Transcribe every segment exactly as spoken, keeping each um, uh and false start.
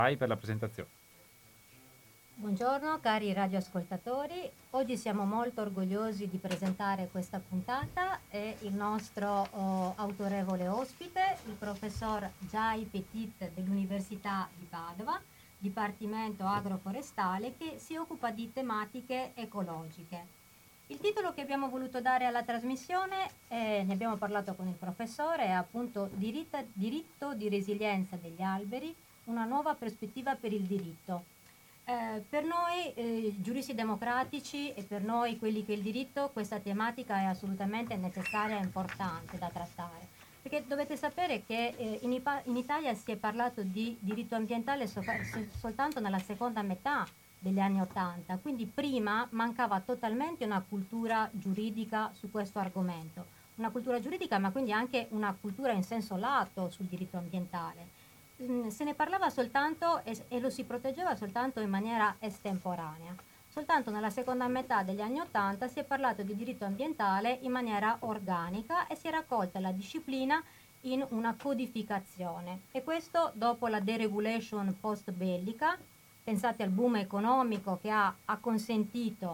Vai per la presentazione. Buongiorno cari radioascoltatori, oggi siamo molto orgogliosi di presentare questa puntata e il nostro oh, autorevole ospite, il professor Jai Petit dell'Università di Padova, Dipartimento Agroforestale, che si occupa di tematiche ecologiche. Il titolo che abbiamo voluto dare alla trasmissione, eh, ne abbiamo parlato con il professore, è appunto Diritta- Diritto di resilienza degli alberi, una nuova prospettiva per il diritto. Eh, per noi eh, giuristi democratici e per noi quelli che il diritto, questa tematica è assolutamente necessaria e importante da trattare, perché dovete sapere che eh, in, Ipa- in Italia si è parlato di diritto ambientale so- so- soltanto nella seconda metà degli anni Ottanta, quindi prima mancava totalmente una cultura giuridica su questo argomento, una cultura giuridica ma quindi anche una cultura in senso lato sul diritto ambientale. Mm, se ne parlava soltanto e, e lo si proteggeva soltanto in maniera estemporanea. Soltanto nella seconda metà degli anni Ottanta si è parlato di diritto ambientale in maniera organica e si è raccolta la disciplina in una codificazione. E questo dopo la deregulation post bellica, pensate al boom economico che ha, ha consentito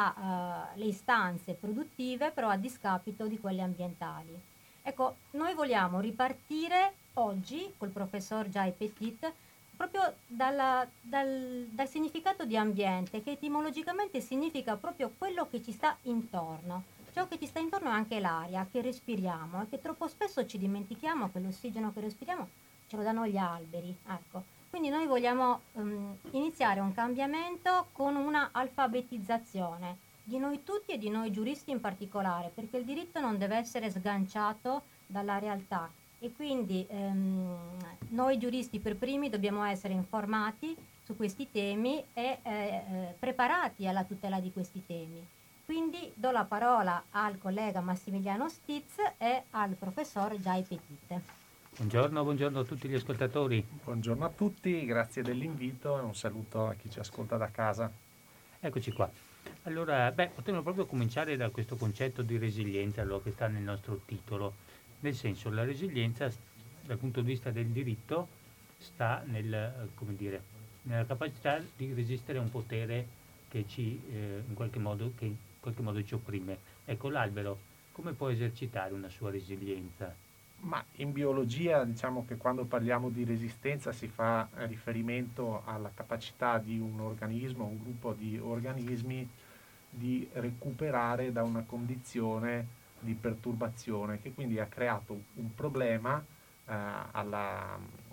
alle uh, istanze produttive, però a discapito di quelle ambientali. Ecco, noi vogliamo ripartire oggi col professor Jai Petit proprio dalla- dal, dal significato di ambiente, che etimologicamente significa proprio quello che ci sta intorno. Ciò che ci sta intorno è anche l'aria che respiriamo e che troppo spesso ci dimentichiamo che l'ossigeno che respiriamo ce lo danno gli alberi. Ecco. Quindi noi vogliamo ehm, iniziare un cambiamento con una alfabetizzazione di noi tutti e di noi giuristi in particolare, perché il diritto non deve essere sganciato dalla realtà e quindi ehm, noi giuristi per primi dobbiamo essere informati su questi temi e eh, eh, preparati alla tutela di questi temi. Quindi do la parola al collega Massimiliano Stitz e al professor Jai Petit. Buongiorno, buongiorno a tutti gli ascoltatori. Buongiorno a tutti, grazie dell'invito e un saluto a chi ci ascolta da casa. Eccoci qua. Allora, beh, potremmo proprio cominciare da questo concetto di resilienza, allora, che sta nel nostro titolo. Nel senso, la resilienza, dal punto di vista del diritto, sta nel, eh, come dire, nella capacità di resistere a un potere che ci, eh, in qualche modo, che in qualche modo ci opprime. Ecco, l'albero, come può esercitare una sua resilienza? Ma in biologia diciamo che quando parliamo di resistenza si fa riferimento alla capacità di un organismo, un gruppo di organismi di recuperare da una condizione di perturbazione che quindi ha creato un problema eh, alla,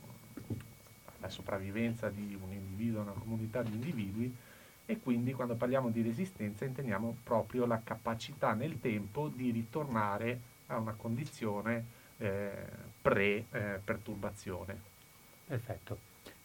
alla sopravvivenza di un individuo, una comunità di individui e quindi quando parliamo di resistenza intendiamo proprio la capacità nel tempo di ritornare a una condizione eh, pre-perturbazione. Perfetto.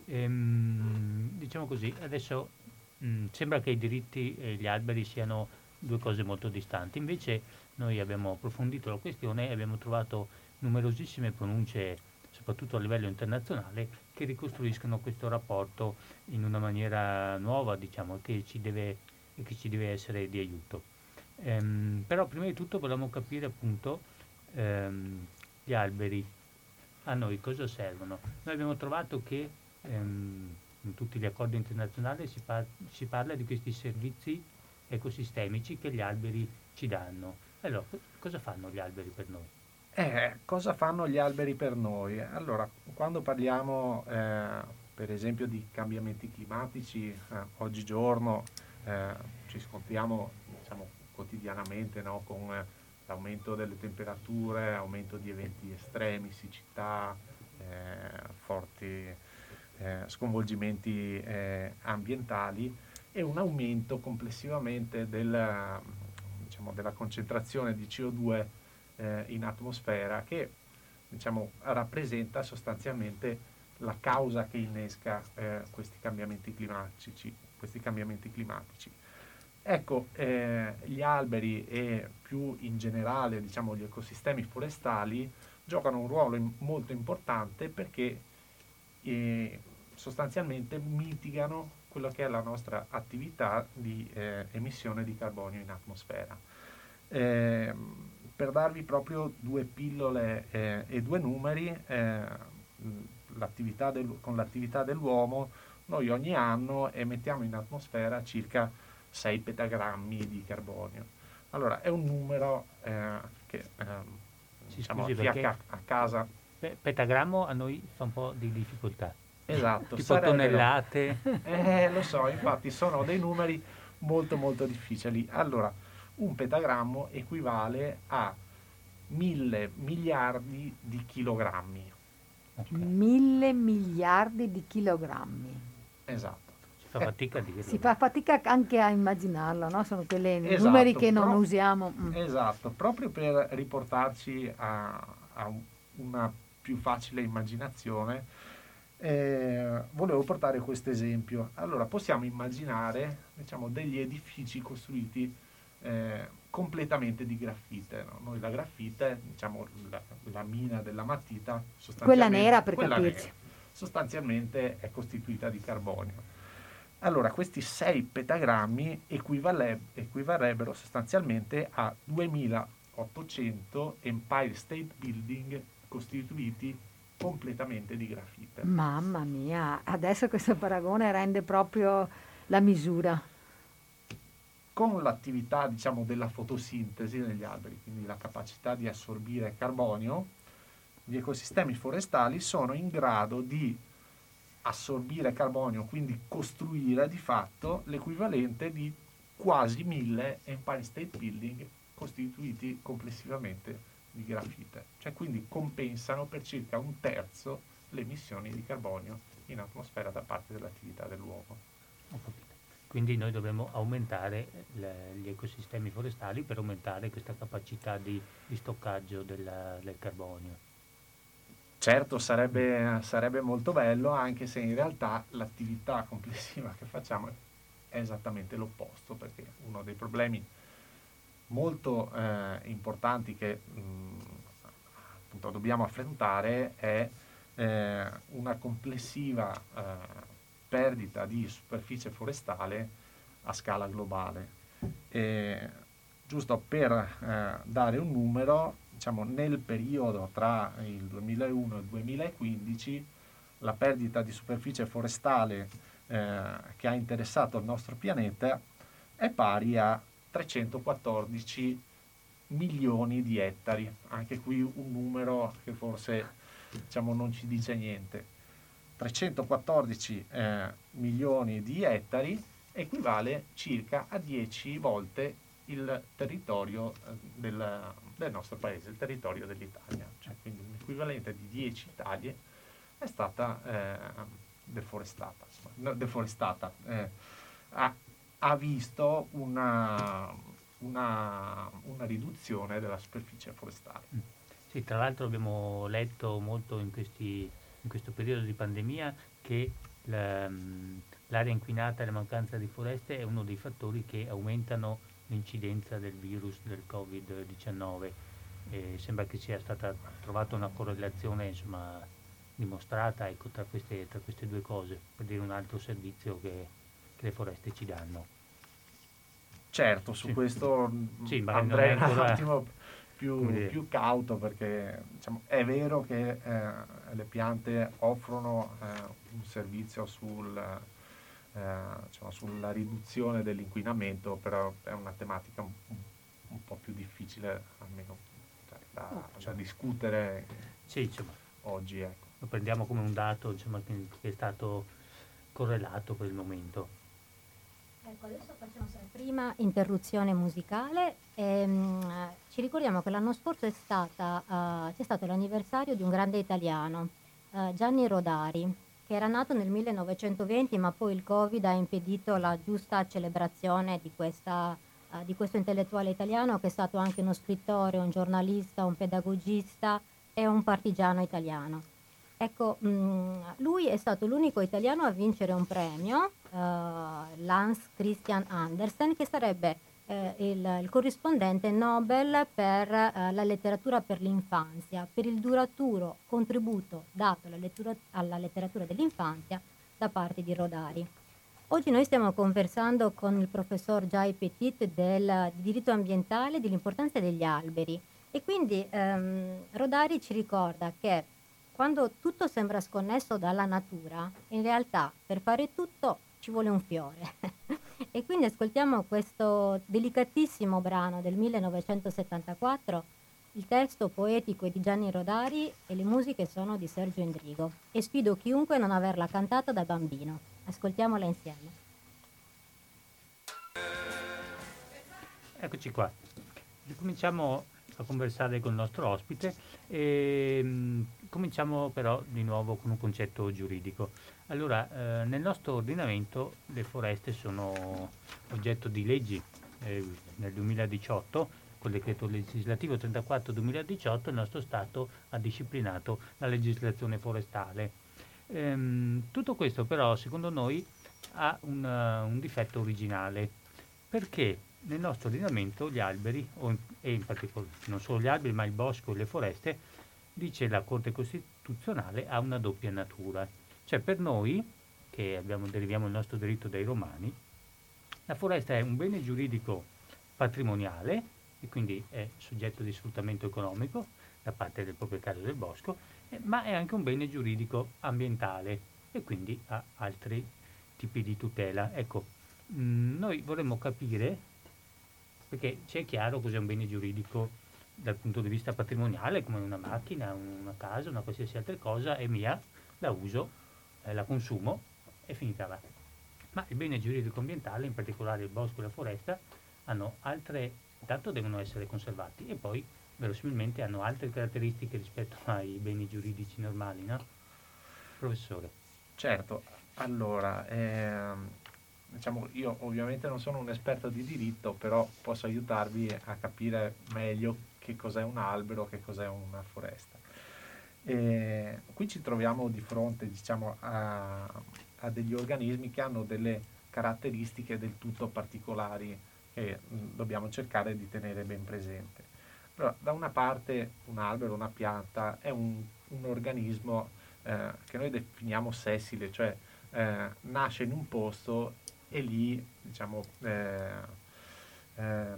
Ehm, diciamo così, adesso mh, sembra che i diritti e gli alberi siano due cose molto distanti, invece noi abbiamo approfondito la questione e abbiamo trovato numerosissime pronunce, soprattutto a livello internazionale, che ricostruiscono questo rapporto in una maniera nuova, diciamo, che ci deve, e che ci deve essere di aiuto. Ehm, però prima di tutto volevamo capire appunto ehm, gli alberi a noi cosa servono. Noi abbiamo trovato che ehm, in tutti gli accordi internazionali si, par- si parla di questi servizi ecosistemici che gli alberi ci danno. Allora, co- cosa fanno gli alberi per noi? Eh, cosa fanno gli alberi per noi? Allora, quando parliamo eh, per esempio di cambiamenti climatici, eh, oggigiorno eh, ci scontriamo diciamo, quotidianamente no, con eh, l'aumento delle temperature, aumento di eventi estremi, siccità, eh, forti eh, sconvolgimenti eh, ambientali e un aumento complessivamente del, diciamo, della concentrazione di C O due eh, in atmosfera che diciamo, rappresenta sostanzialmente la causa che innesca eh, questi cambiamenti climatici. Questi cambiamenti climatici. Ecco, eh, gli alberi e più in generale diciamo, gli ecosistemi forestali giocano un ruolo in- molto importante perché eh, sostanzialmente mitigano quello che è la nostra attività di eh, emissione di carbonio in atmosfera. Eh, per darvi proprio due pillole eh, e due numeri, eh, l'attività del, con l'attività dell'uomo noi ogni anno emettiamo in atmosfera circa sei petagrammi di carbonio. Allora è un numero eh, che ehm, Sì, diciamo, scusi, chi a, perché ca- a casa. pe- petagrammo a noi fa un po' di difficoltà. Esatto, Tipo sarebbero, tonnellate. eh, lo so, infatti sono dei numeri molto molto difficili. Allora, un petagrammo equivale a mille miliardi di chilogrammi. Ok, Mille miliardi di chilogrammi. Esatto. si fa Eh, fatica a dirlo. Si fa fatica anche a immaginarlo, no? Sono quei Esatto, numeri che non pro- usiamo. Mm. Esatto, proprio per riportarci a, a un- una più facile immaginazione, eh, volevo portare questo esempio. Allora, possiamo immaginare, diciamo, degli edifici costruiti eh, completamente di graffite, no? Noi la graffite, diciamo, la, la mina della matita, Quella sostanzialmente, nera, per quella capirci. nera, sostanzialmente è costituita di carbonio. Allora, questi sei petagrammi equivale- equivarrebbero sostanzialmente a duemilaottocento Empire State Building costituiti completamente di grafite. Mamma mia, adesso questo paragone rende proprio la misura. Con l'attività, diciamo, della fotosintesi negli alberi, quindi la capacità di assorbire carbonio, gli ecosistemi forestali sono in grado di assorbire carbonio, quindi costruire di fatto l'equivalente di quasi mille Empire State Building costituiti complessivamente di grafite, cioè quindi compensano per circa un terzo le emissioni di carbonio in atmosfera da parte dell'attività dell'uomo. Ho capito. Quindi noi dovremmo aumentare le- gli ecosistemi forestali per aumentare questa capacità di, di stoccaggio della- del carbonio. Certo, sarebbe, sarebbe molto bello, anche se in realtà l'attività complessiva che facciamo è esattamente l'opposto, perché uno dei problemi molto eh, importanti che mh, appunto dobbiamo affrontare è eh, una complessiva eh, perdita di superficie forestale a scala globale. E, giusto per eh, dare un numero, diciamo, nel periodo tra il duemilauno e il duemilaquindici la perdita di superficie forestale eh, che ha interessato il nostro pianeta è pari a trecentoquattordici milioni di ettari. Anche qui un numero che forse, diciamo, non ci dice niente. trecentoquattordici eh, milioni di ettari equivale circa a dieci volte il territorio eh, del, del nostro paese, il territorio dell'Italia, cioè quindi un equivalente di dieci Italie è stata eh, deforestata, insomma, no, deforestata eh, ha, ha visto una, una, una riduzione della superficie forestale. Mm. Sì, tra l'altro abbiamo letto molto in, questi, in questo periodo di pandemia che la- mh, l'aria inquinata e la mancanza di foreste è uno dei fattori che aumentano l'incidenza del virus del covid diciannove. E sembra che sia stata trovata una correlazione, insomma, dimostrata, ecco, tra queste, tra queste due cose, per dire un altro servizio che, che le foreste ci danno. Certo, su Sì. questo mh, Sì, magari non andrei è un ancora- attimo più, come dire. più cauto, perché diciamo, è vero che eh, le piante offrono eh, un servizio sul, eh, diciamo, sulla riduzione dell'inquinamento, però è una tematica un, un po' più difficile, almeno cioè, da, da discutere Sì, insomma, oggi. Ecco. lo prendiamo come un dato, insomma, che, che è stato correlato per il momento. Ecco, adesso facciamo una prima interruzione musicale. Ehm, ci ricordiamo che l'anno scorso è stata, eh, c'è stato l'anniversario di un grande italiano, eh, Gianni Rodari, che era nato nel millenovecentoventi, ma poi il Covid ha impedito la giusta celebrazione di, questa, eh, di questo intellettuale italiano, che è stato anche uno scrittore, un giornalista, un pedagogista e un partigiano italiano. Ecco, mh, lui è stato l'unico italiano a vincere un premio, eh, Hans Christian Andersen, che sarebbe eh, il, il corrispondente Nobel per eh, la letteratura per l'infanzia, per il duraturo contributo dato alla, lettura- alla letteratura dell'infanzia da parte di Rodari. Oggi noi stiamo conversando con il professor Jai Petit del di diritto ambientale e dell'importanza degli alberi, e quindi ehm, Rodari ci ricorda che quando tutto sembra sconnesso dalla natura, in realtà per fare tutto ci vuole un fiore. E quindi ascoltiamo questo delicatissimo brano del millenovecentosettantaquattro. Il testo poetico è di Gianni Rodari e le musiche sono di Sergio Endrigo. E sfido chiunque a non averla cantata da bambino. Ascoltiamola insieme. Eccoci qua. Ricominciamo a conversare con il nostro ospite e mh, cominciamo però di nuovo con un concetto giuridico. Allora, eh, nel nostro ordinamento le foreste sono oggetto di leggi. Eh, nel duemiladiciotto, col decreto legislativo trentaquattro duemiladiciotto, il nostro Stato ha disciplinato la legislazione forestale. Ehm, tutto questo però, secondo noi, ha un, uh, un difetto originale, perché nel nostro ordinamento gli alberi, o in- e in particolare non solo gli alberi, ma il bosco e le foreste, dice la Corte Costituzionale, ha una doppia natura. Cioè per noi, che abbiamo, deriviamo il nostro diritto dai Romani, la foresta è un bene giuridico patrimoniale e quindi è soggetto di sfruttamento economico da parte del proprietario del bosco, eh, ma è anche un bene giuridico ambientale e quindi ha altri tipi di tutela. Ecco, mh, noi vorremmo capire, perché ci è chiaro cos'è un bene giuridico dal punto di vista patrimoniale, come una macchina, una casa, una qualsiasi altra cosa, è mia, la uso, eh, la consumo e finita là. Ma il bene giuridico ambientale, in particolare il bosco e la foresta, hanno altre, intanto devono essere conservati e poi verosimilmente hanno altre caratteristiche rispetto ai beni giuridici normali, no? Professore. Certo, allora, ehm, diciamo, io ovviamente non sono un esperto di diritto, però posso aiutarvi a capire meglio che cos'è un albero, che cos'è una foresta. E qui ci troviamo di fronte, diciamo, a, a degli organismi che hanno delle caratteristiche del tutto particolari che mh, dobbiamo cercare di tenere ben presente. Allora, da una parte un albero, una pianta, è un, un organismo eh, che noi definiamo sessile, cioè eh, nasce in un posto e lì, diciamo, eh, ehm,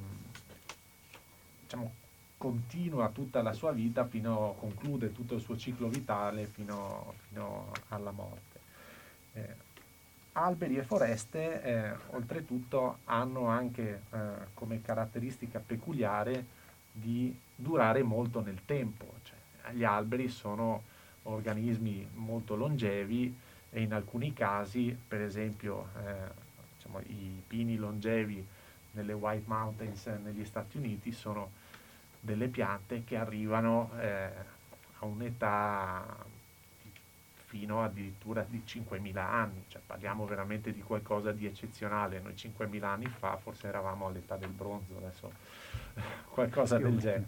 diciamo, continua tutta la sua vita fino, conclude tutto il suo ciclo vitale fino, fino alla morte. Eh, alberi e foreste, eh, oltretutto, hanno anche eh, come caratteristica peculiare di durare molto nel tempo. Cioè, gli alberi sono organismi molto longevi e in alcuni casi, per esempio, eh, diciamo, i pini longevi nelle White Mountains negli Stati Uniti sono delle piante che arrivano eh, a un'età fino addirittura di cinquemila anni, cioè parliamo veramente di qualcosa di eccezionale. Noi cinquemila anni fa forse eravamo all'età del bronzo, adesso qualcosa del genere.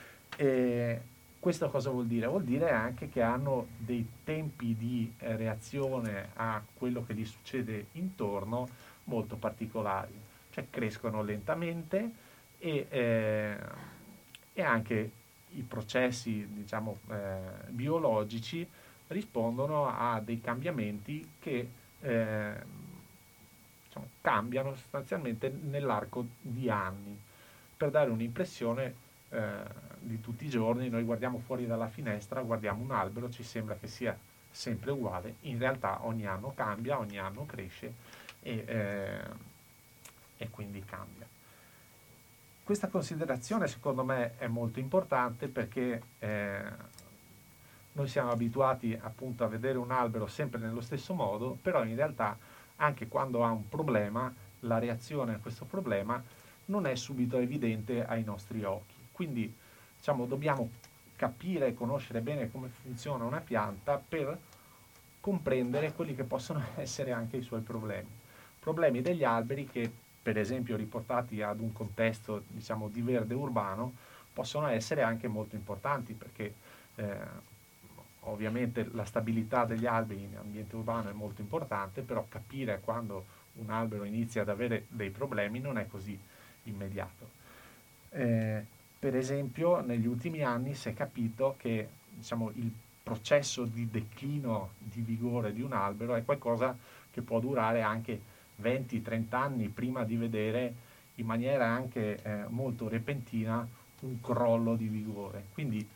E questo cosa vuol dire? Vuol dire anche che hanno dei tempi di eh, reazione a quello che gli succede intorno molto particolari, cioè crescono lentamente e, eh, e anche i processi, diciamo, eh, biologici rispondono a dei cambiamenti che eh, diciamo, cambiano sostanzialmente nell'arco di anni. Per dare un'impressione eh, di tutti i giorni, noi guardiamo fuori dalla finestra, guardiamo un albero, ci sembra che sia sempre uguale, in realtà ogni anno cambia, ogni anno cresce e, eh, e quindi cambia. Questa considerazione secondo me è molto importante perché eh, noi siamo abituati appunto a vedere un albero sempre nello stesso modo, però in realtà anche quando ha un problema, la reazione a questo problema non è subito evidente ai nostri occhi. Quindi diciamo, dobbiamo capire e conoscere bene come funziona una pianta per comprendere quelli che possono essere anche i suoi problemi. Problemi degli alberi che, per esempio, riportati ad un contesto diciamo, di verde urbano, possono essere anche molto importanti perché eh, ovviamente la stabilità degli alberi in ambiente urbano è molto importante, però capire quando un albero inizia ad avere dei problemi non è così immediato. Eh, per esempio, negli ultimi anni si è capito che diciamo, il processo di declino di vigore di un albero è qualcosa che può durare anche venti trenta anni prima di vedere in maniera anche eh, molto repentina un crollo di vigore. Quindi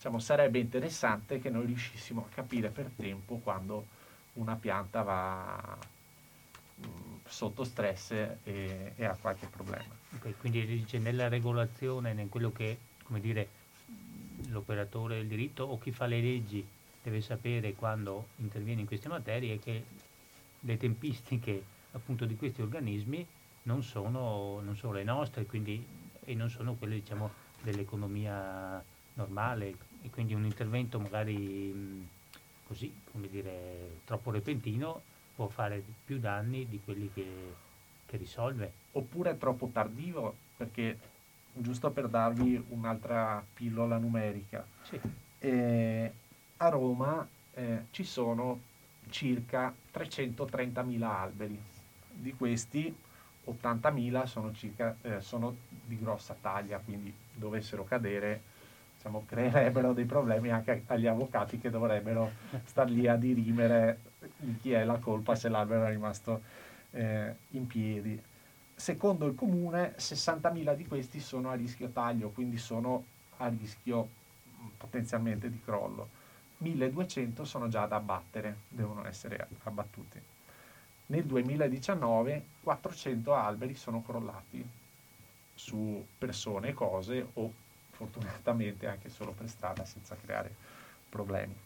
diciamo, sarebbe interessante che noi riuscissimo a capire per tempo quando una pianta va mh, sotto stress e, e ha qualche problema. Ok, quindi dice nella regolazione, in quello che, come dire, l'operatore del diritto o chi fa le leggi deve sapere quando interviene in queste materie, che le tempistiche appunto di questi organismi non sono, non sono le nostre, quindi, e non sono quelle, diciamo, dell'economia normale, e quindi un intervento magari mh, così, come dire, troppo repentino può fare più danni di quelli che, che risolve. Oppure è troppo tardivo, perché giusto per darvi un'altra pillola numerica, Sì, eh, a Roma eh, ci sono circa trecentotrentamila alberi, di questi ottantamila sono, circa, eh, sono di grossa taglia, quindi dovessero cadere, diciamo, creerebbero dei problemi anche agli avvocati che dovrebbero star lì a dirimere di chi è la colpa se l'albero è rimasto eh, in piedi. Secondo il comune sessantamila di questi sono a rischio taglio, quindi sono a rischio mh, potenzialmente di crollo. milleduecento sono già da abbattere, devono essere abbattuti. Nel duemiladiciannove quattrocento alberi sono crollati su persone e cose, o fortunatamente anche solo per strada, senza creare problemi.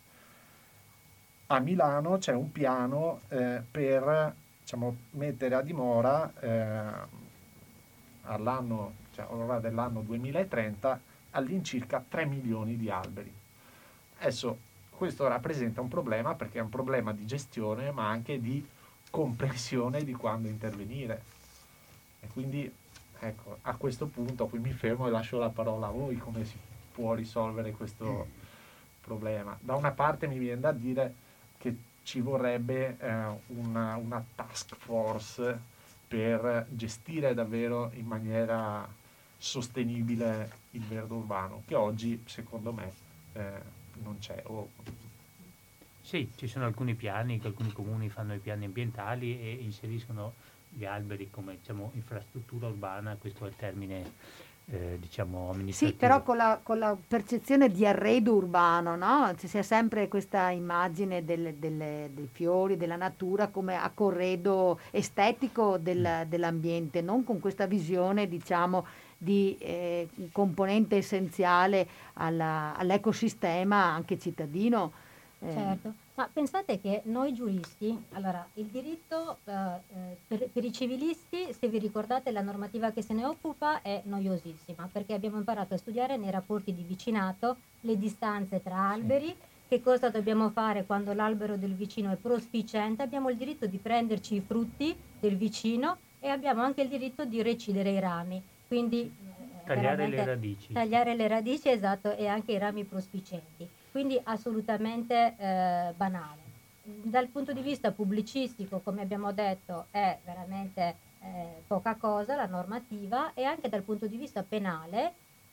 A Milano c'è un piano eh, per, diciamo, mettere a dimora eh, all'anno, cioè all'ora dell'anno duemilatrenta all'incirca tre milioni di alberi. Adesso questo rappresenta un problema, perché è un problema di gestione ma anche di comprensione di quando intervenire, e quindi ecco, a questo punto qui mi fermo e lascio la parola a voi, come si può risolvere questo problema. Da una parte mi viene da dire che ci vorrebbe eh, una, una task force per gestire davvero in maniera sostenibile il verde urbano, che oggi secondo me eh, non c'è. O... sì, ci sono alcuni piani, che alcuni comuni fanno i piani ambientali e inseriscono gli alberi come, diciamo, infrastruttura urbana, questo è il termine eh, diciamo Sì, però amministrativo. con la, con la percezione di arredo urbano, no? Ci sia sempre questa immagine delle- delle- dei fiori, della natura come a corredo estetico Mm. del- dell'ambiente, non con questa visione, diciamo, di eh, componente essenziale alla- all'ecosistema anche cittadino. Eh, Certo, ma pensate che noi giuristi, allora il diritto eh, eh, per, per i civilisti, se vi ricordate, la normativa che se ne occupa è noiosissima, perché abbiamo imparato a studiare nei rapporti di vicinato le distanze tra Sì. alberi, che cosa dobbiamo fare quando l'albero del vicino è prospicente, abbiamo il diritto di prenderci i frutti del vicino e abbiamo anche il diritto di recidere i rami, quindi eh, Tagliare le veramente radici. tagliare le radici, esatto, e anche i rami prospicenti, quindi assolutamente eh, banale. Dal punto di vista pubblicistico, come abbiamo detto, è veramente eh, poca cosa la normativa, e anche dal punto di vista penale,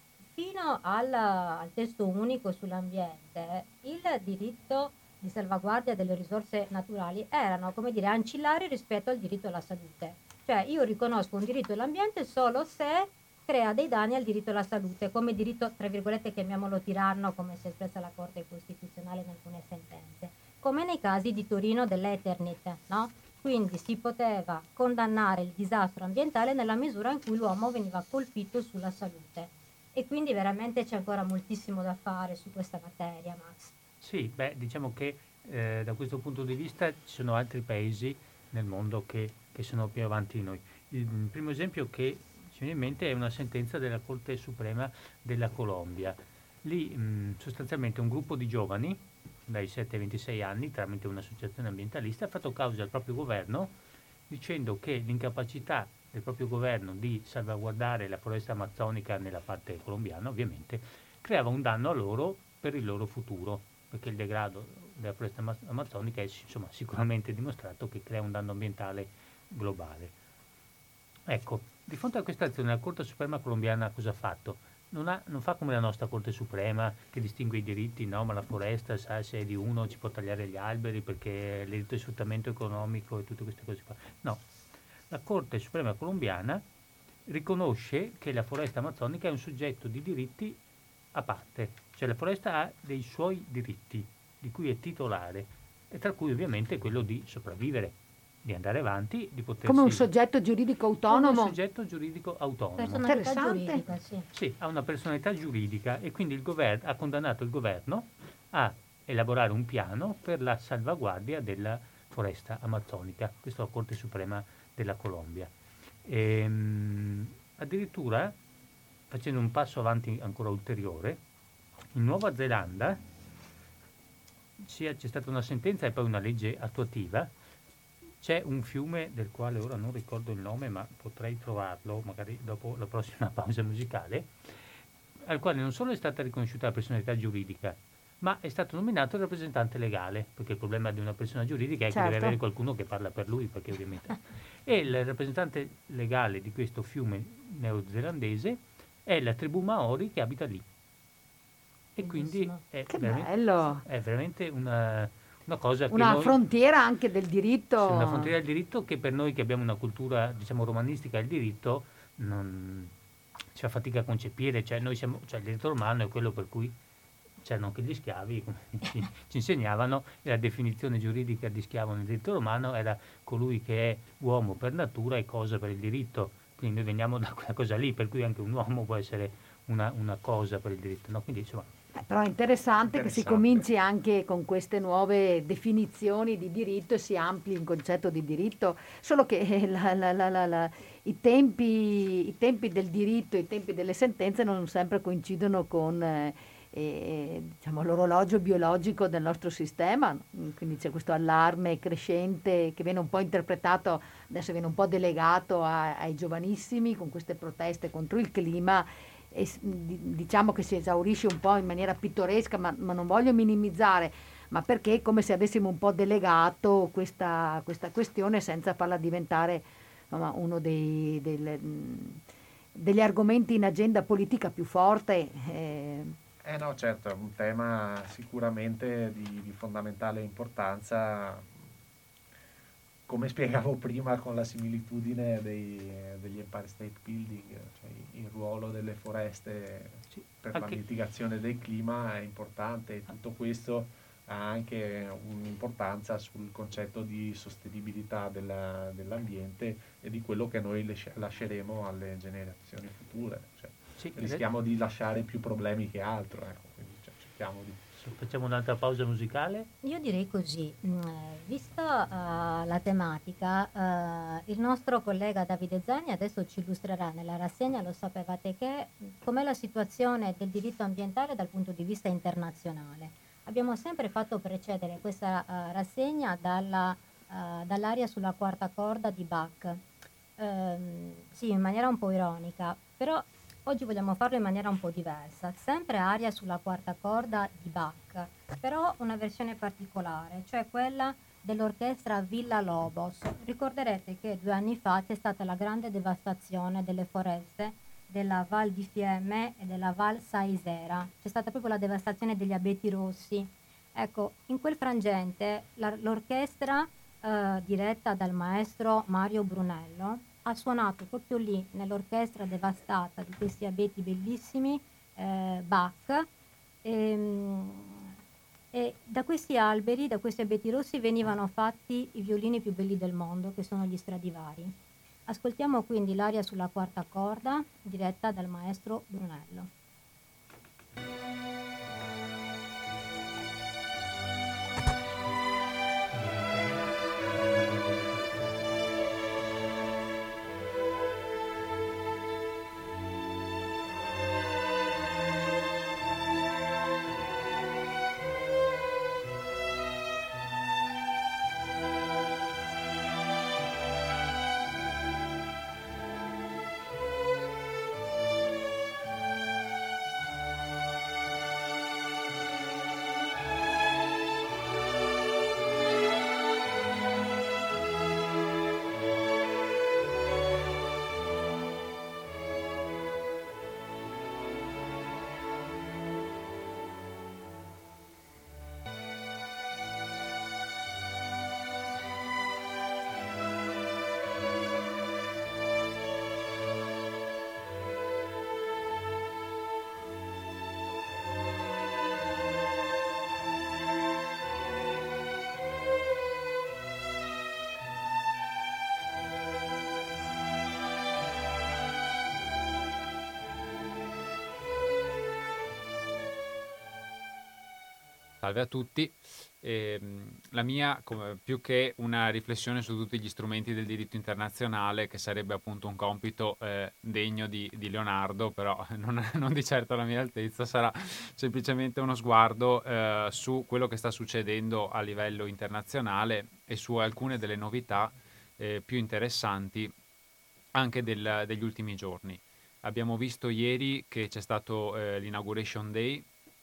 fino alla- al testo unico sull'ambiente, il diritto di salvaguardia delle risorse naturali erano, come dire, ancillari rispetto al diritto alla salute. Cioè io riconosco un diritto all'ambiente solo se crea dei danni al diritto alla salute, come diritto, tra virgolette, chiamiamolo tiranno, come si è espressa la Corte Costituzionale in alcune sentenze, come nei casi di Torino dell'Eternit, no? Quindi si poteva condannare il disastro ambientale nella misura in cui l'uomo veniva colpito sulla salute. E quindi veramente c'è ancora moltissimo da fare su questa materia, Max. Sì, beh, diciamo che eh, da questo punto di vista ci sono altri paesi nel mondo che, che sono più avanti di noi. Il, il primo esempio che ci viene in mente è una sentenza della Corte Suprema della Colombia. Lì mh, sostanzialmente un gruppo di giovani, dai sette ai ventisei anni, tramite un'associazione ambientalista, ha fatto causa al proprio governo dicendo che l'incapacità del proprio governo di salvaguardare la foresta amazzonica nella parte colombiana, ovviamente, creava un danno a loro per il loro futuro, perché il degrado della foresta ama- amazzonica è, insomma, sicuramente dimostrato che crea un danno ambientale globale. Ecco, di fronte a questa azione la Corte Suprema colombiana cosa ha fatto? Non, ha- non fa come la nostra Corte Suprema che distingue i diritti, no, ma la foresta, sa, se è di uno ci può tagliare gli alberi perché è il diritto di sfruttamento economico e tutte queste cose qua. No, la Corte Suprema colombiana riconosce che la foresta amazzonica è un soggetto di diritti a parte, cioè la foresta ha dei suoi diritti di cui è titolare, e tra cui ovviamente quello di sopravvivere, di andare avanti, di potersi... Come un soggetto giuridico come un autonomo. soggetto giuridico autonomo. Personalità Interessante. giuridica, sì. Sì, ha una personalità giuridica, e quindi il governo ha condannato il governo a elaborare un piano per la salvaguardia della foresta amazzonica, questo è la Corte Suprema della Colombia. Ehm, addirittura, facendo un passo avanti ancora ulteriore, in Nuova Zelanda sia- c'è stata una sentenza e poi una legge attuativa. C'è un fiume del quale ora non ricordo il nome, ma potrei trovarlo magari dopo la prossima pausa musicale, al quale non solo è stata riconosciuta la personalità giuridica, ma è stato nominato il rappresentante legale, perché il problema di una persona giuridica è che deve Certo. avere qualcuno che parla per lui, perché ovviamente... E il rappresentante legale di questo fiume neozelandese è la tribù Maori che abita lì. E quindi Bellissimo. è Che veramente, bello. è veramente una, una cosa che Una noi... frontiera anche del diritto. Sì, una frontiera del diritto che per noi che abbiamo una cultura, diciamo, romanistica del diritto, non ci fa fatica a concepire. Cioè, noi siamo, cioè, il diritto romano è quello per cui c'erano anche gli schiavi, come ci, ci insegnavano, e la definizione giuridica di schiavo nel diritto romano era colui che è uomo per natura e cosa per il diritto. Quindi noi veniamo da quella cosa lì, per cui anche un uomo può essere una, una cosa per il diritto, no? Quindi, insomma, Eh, Però è interessante che si Interessante. cominci anche con queste nuove definizioni di diritto e si ampli il concetto di diritto, solo che eh, la- la- la- la- la- i tempi, i tempi del diritto, i tempi delle sentenze non sempre coincidono con eh, eh, diciamo, l'orologio biologico del nostro sistema, mm, quindi c'è questo allarme crescente che viene un po' interpretato, adesso viene un po' delegato a- ai giovanissimi con queste proteste contro il clima e s- di- diciamo che si esaurisce un po' in maniera pittoresca, ma, ma non voglio minimizzare, ma perché è come se avessimo un po' delegato questa, questa questione senza farla diventare insomma, uno dei, del- mh, degli argomenti in agenda politica più forte. eh, Eh no, certo, è un tema sicuramente di, di fondamentale importanza, come spiegavo prima con la similitudine dei- degli Empire State Building, cioè il ruolo delle foreste sì, per la anche... mitigazione del clima è importante, e tutto questo ha anche un'importanza sul concetto di sostenibilità della- dell'ambiente e di quello che noi lasci- lasceremo alle generazioni future. Cioè, Sì, rischiamo di lasciare più problemi che altro, ecco, quindi cioè, cerchiamo di... adesso facciamo un'altra pausa musicale. Io direi così, mm, eh, vista eh, la tematica, eh, il nostro collega Davide Zani adesso ci illustrerà nella rassegna, lo sapevate che, com'è la situazione del diritto ambientale dal punto di vista internazionale. Abbiamo sempre fatto precedere questa eh, rassegna dalla, eh, dall'aria sulla quarta corda di Bach. Ehm, sì, in maniera un po' ironica, però oggi vogliamo farlo in maniera un po' diversa, sempre aria sulla quarta corda di Bach, però una versione particolare, cioè quella dell'orchestra Villa Lobos. Ricorderete che due anni fa c'è stata la grande devastazione delle foreste della Val di Fiemme e della Val Saisera, c'è stata proprio la devastazione degli abeti rossi. Ecco, in quel frangente la- l'orchestra eh, diretta dal maestro Mario Brunello ha suonato proprio lì, nell'orchestra devastata di questi abeti bellissimi, eh, Bach, ehm, e da questi alberi, da questi abeti rossi venivano fatti i violini più belli del mondo, che sono gli Stradivari. Ascoltiamo quindi l'aria sulla quarta corda, diretta dal maestro Brunello. Salve a tutti. Ehm, la mia, come, più che una riflessione su tutti gli strumenti del diritto internazionale, che sarebbe appunto un compito eh, degno di, di Leonardo, però non, non di certo alla mia altezza, sarà semplicemente uno sguardo eh, su quello che sta succedendo a livello internazionale e su alcune delle novità eh, più interessanti anche del- degli ultimi giorni. Abbiamo visto ieri che c'è stato eh, l'Inauguration Day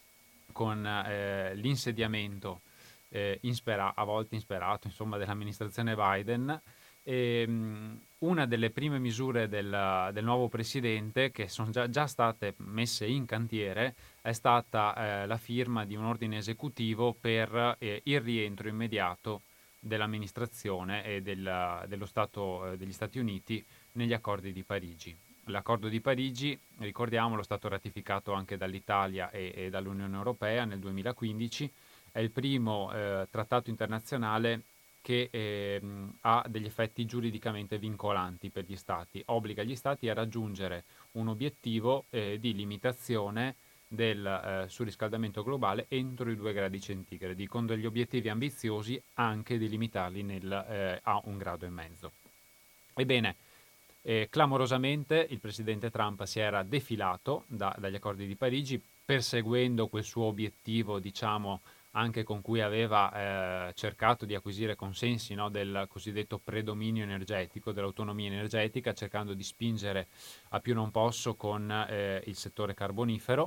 con eh, l'insediamento eh, inspera- a volte insperato, insomma, dell'amministrazione Biden. E, mh, una delle prime misure del, del nuovo presidente, che sono già, già state messe in cantiere, è stata eh, la firma di un ordine esecutivo per eh, il rientro immediato dell'amministrazione e del- dello Stato eh, degli Stati Uniti negli accordi di Parigi. L'accordo di Parigi, ricordiamolo, è stato ratificato anche dall'Italia e, e dall'Unione Europea nel duemilaquindici. È il primo eh, trattato internazionale che eh, ha degli effetti giuridicamente vincolanti per gli Stati, obbliga gli Stati a raggiungere un obiettivo eh, di limitazione del eh, surriscaldamento globale entro i due gradi centigradi, con degli obiettivi ambiziosi anche di limitarli nel, eh, a un grado e mezzo. Ebbene, eh, clamorosamente il presidente Trump si era defilato da- dagli accordi di Parigi, perseguendo quel suo obiettivo, diciamo, anche con cui aveva eh, cercato di acquisire consensi, no, del cosiddetto predominio energetico, dell'autonomia energetica, cercando di spingere a più non posso con eh, il settore carbonifero.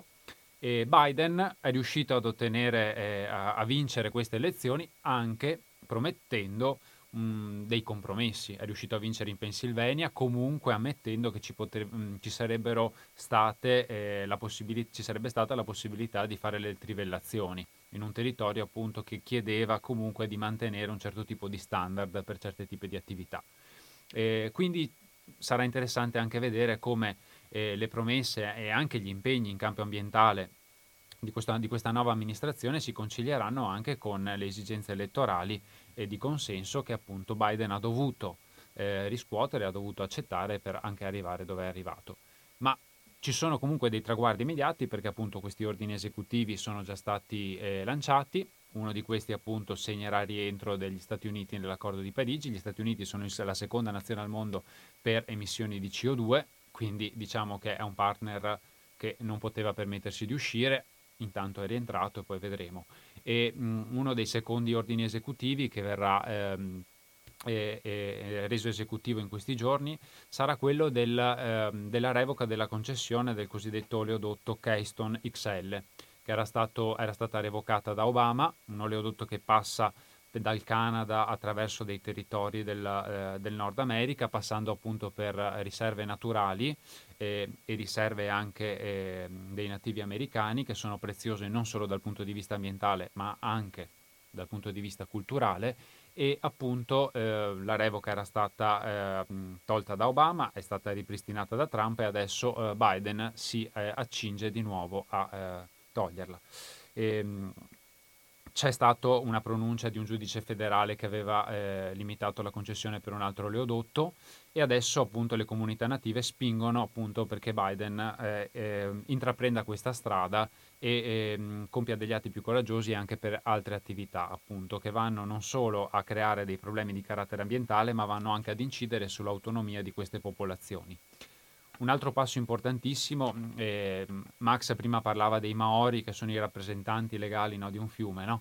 E Biden è riuscito ad ottenere, eh, a, a vincere queste elezioni anche promettendo mh, dei compromessi. È riuscito a vincere in Pennsylvania, comunque ammettendo che ci, potre- mh, ci sarebbero state eh, la possibili- ci sarebbe stata la possibilità di fare le trivellazioni in un territorio appunto che chiedeva comunque di mantenere un certo tipo di standard per certi tipi di attività. Eh, quindi sarà interessante anche vedere come eh, le promesse e anche gli impegni in campo ambientale di questa, di questa nuova amministrazione si concilieranno anche con le esigenze elettorali e di consenso che appunto Biden ha dovuto eh, riscuotere, ha dovuto accettare per anche arrivare dove è arrivato. Ma ci sono comunque dei traguardi immediati, perché appunto questi ordini esecutivi sono già stati eh, lanciati. Uno di questi appunto segnerà il rientro degli Stati Uniti nell'accordo di Parigi. Gli Stati Uniti sono la seconda nazione al mondo per emissioni di C O due, quindi diciamo che è un partner che non poteva permettersi di uscire. Intanto è rientrato e poi vedremo. E mh, uno dei secondi ordini esecutivi che verrà ehm, eh, eh, reso esecutivo in questi giorni sarà quello del, ehm, della revoca della concessione del cosiddetto oleodotto Keystone X L, che era, stato, era stata revocata da Obama, un oleodotto che passa dal Canada attraverso dei territori del, eh, del Nord America, passando appunto per riserve naturali eh, e riserve anche eh, dei nativi americani, che sono preziose non solo dal punto di vista ambientale ma anche dal punto di vista culturale. E appunto eh, la revoca era stata eh, tolta da Obama, è stata ripristinata da Trump e adesso eh, Biden si eh, accinge di nuovo a eh, toglierla. Ehm, c'è stata una pronuncia di un giudice federale che aveva eh, limitato la concessione per un altro oleodotto e adesso appunto le comunità native spingono appunto perché Biden eh, eh, intraprenda questa strada e ehm, compia degli atti più coraggiosi anche per altre attività appunto che vanno non solo a creare dei problemi di carattere ambientale ma vanno anche ad incidere sull'autonomia di queste popolazioni. Un altro passo importantissimo, eh, Max prima parlava dei Maori che sono i rappresentanti legali, no, di un fiume, no?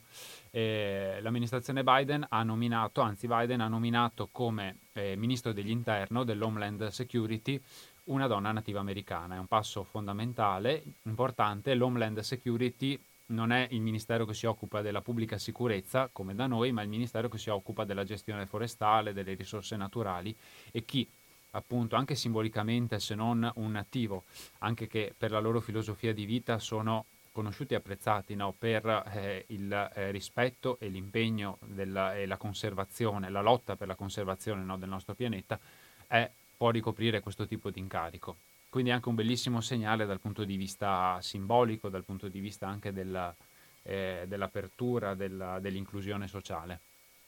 Eh, l'amministrazione Biden ha nominato, anzi Biden ha nominato come eh, ministro dell'interno dell'Homeland Security una donna nativa americana. È un passo fondamentale, importante. L'Homeland Security non è il ministero che si occupa della pubblica sicurezza come da noi, ma il ministero che si occupa della gestione forestale, delle risorse naturali, e chi appunto anche simbolicamente, se non un nativo, anche che per la loro filosofia di vita sono conosciuti e apprezzati, no, per eh, il eh, rispetto e l'impegno della, e la conservazione, la lotta per la conservazione, no, del nostro pianeta, è, può ricoprire questo tipo di incarico. Quindi è anche un bellissimo segnale dal punto di vista simbolico, dal punto di vista anche della, eh, dell'apertura, della, dell'inclusione sociale.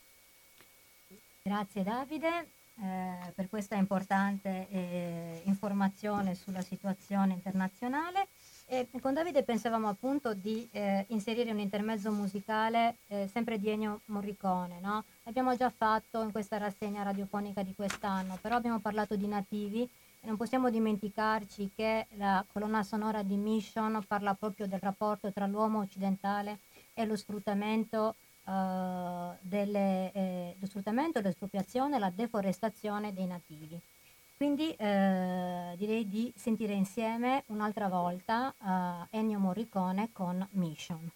Grazie Davide eh, per questa importante eh, informazione sulla situazione internazionale. E con Davide pensavamo appunto di eh, inserire un intermezzo musicale eh, sempre di Ennio Morricone, no? L'abbiamo già fatto in questa rassegna radiofonica di quest'anno, però abbiamo parlato di nativi e non possiamo dimenticarci che la colonna sonora di Mission parla proprio del rapporto tra l'uomo occidentale e lo sfruttamento, eh, delle, eh, lo sfruttamento, l'espropriazione, la deforestazione dei nativi. Quindi eh, direi di sentire insieme un'altra volta eh, Ennio Morricone con Mission.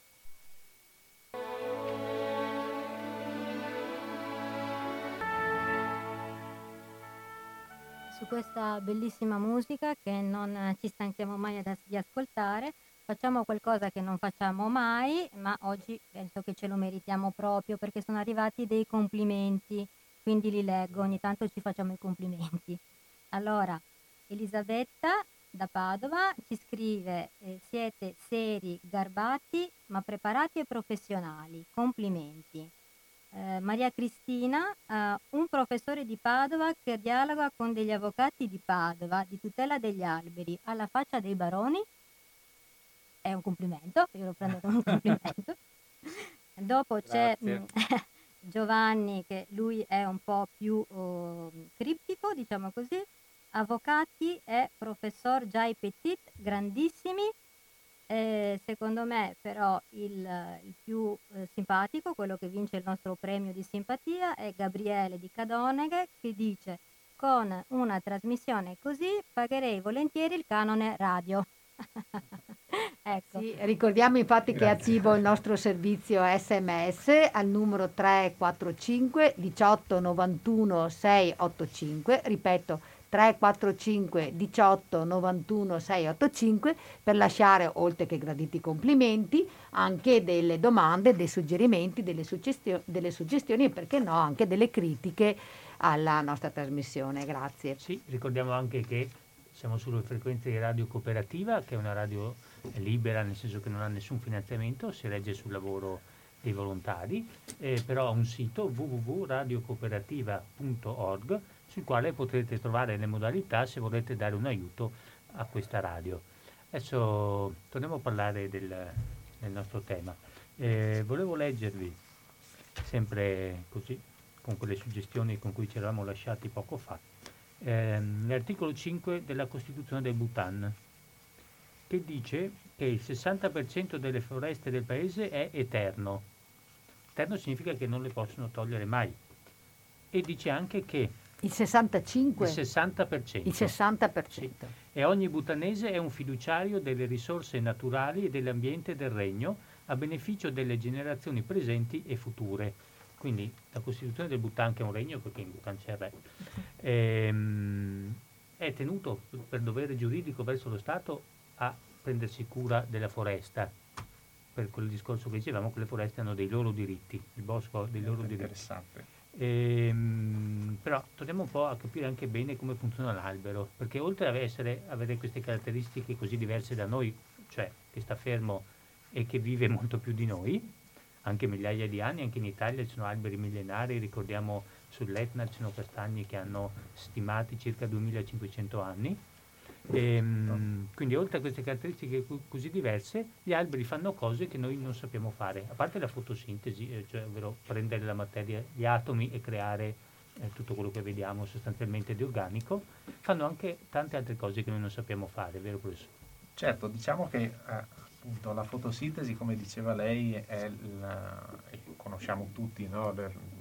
Su questa bellissima musica che non ci stanchiamo mai ad- di ascoltare, facciamo qualcosa che non facciamo mai, ma oggi penso che ce lo meritiamo proprio perché sono arrivati dei complimenti, quindi li leggo, ogni tanto ci facciamo i complimenti. Allora, Elisabetta da Padova ci scrive: eh, siete seri, garbati, ma preparati e professionali. Complimenti. Eh, Maria Cristina, eh, un professore di Padova che dialoga con degli avvocati di Padova di tutela degli alberi alla faccia dei baroni. È un complimento, io lo prendo come un complimento. Dopo c'è Grazie. mh, Giovanni, che lui è un po' più oh, criptico, diciamo così. Avvocati e professor Jai Petit, grandissimi. Eh, secondo me però il, il più eh, simpatico, quello che vince il nostro premio di simpatia, è Gabriele di Cadoneghe, che dice: con una trasmissione così pagherei volentieri il canone radio. Ecco. Sì, ricordiamo infatti che è Grazie. attivo il nostro servizio S M S al numero tre quattro cinque diciotto novantuno seicentoottantacinque, ripeto tre quattro cinque diciotto novantuno seicentoottantacinque, per lasciare, oltre che graditi complimenti, anche delle domande, dei suggerimenti, delle, suggestio- delle suggestioni e perché no anche delle critiche alla nostra trasmissione. Grazie. Sì, ricordiamo anche che siamo sulle frequenze di Radio Cooperativa, che è una radio libera, nel senso che non ha nessun finanziamento, si regge sul lavoro dei volontari, eh, però ha un sito w w w punto radio cooperativa punto org sul quale potrete trovare le modalità se volete dare un aiuto a questa radio. Adesso torniamo a parlare del, del nostro tema. Eh, volevo leggervi, sempre così, con quelle suggestioni con cui ci eravamo lasciati poco fa, ehm, l'articolo cinque della Costituzione del Bhutan, che dice che il sessanta per cento delle foreste del paese è eterno. Eterno significa che non le possono togliere mai. E dice anche che Il sessantacinque? il sessanta per cento. Il sessanta per Sì. cento. E ogni bhutanese è un fiduciario delle risorse naturali e dell'ambiente del regno a beneficio delle generazioni presenti e future. Quindi la Costituzione del Bhutan, che è un regno perché in Bhutan c'è il re, ehm, è tenuto per dovere giuridico verso lo Stato a prendersi cura della foresta, per quel discorso che dicevamo che le foreste hanno dei loro diritti, il bosco ha dei loro diritti. Interessante. Ehm, però torniamo un po' a capire anche bene come funziona l'albero, perché oltre ad essere, avere queste caratteristiche così diverse da noi, cioè che sta fermo e che vive molto più di noi, anche migliaia di anni, anche in Italia ci sono alberi millenari, ricordiamo sull'Etna ci sono castagni che hanno stimati circa duemilacinquecento anni. Ehm, quindi oltre a queste caratteristiche cu- così diverse, gli alberi fanno cose che noi non sappiamo fare, a parte la fotosintesi, eh, cioè ovvero prendere la materia, gli atomi e creare eh, tutto quello che vediamo sostanzialmente di organico, fanno anche tante altre cose che noi non sappiamo fare, vero professore? Certo, diciamo che eh, appunto la fotosintesi, come diceva lei, è il, conosciamo tutti, no? Le-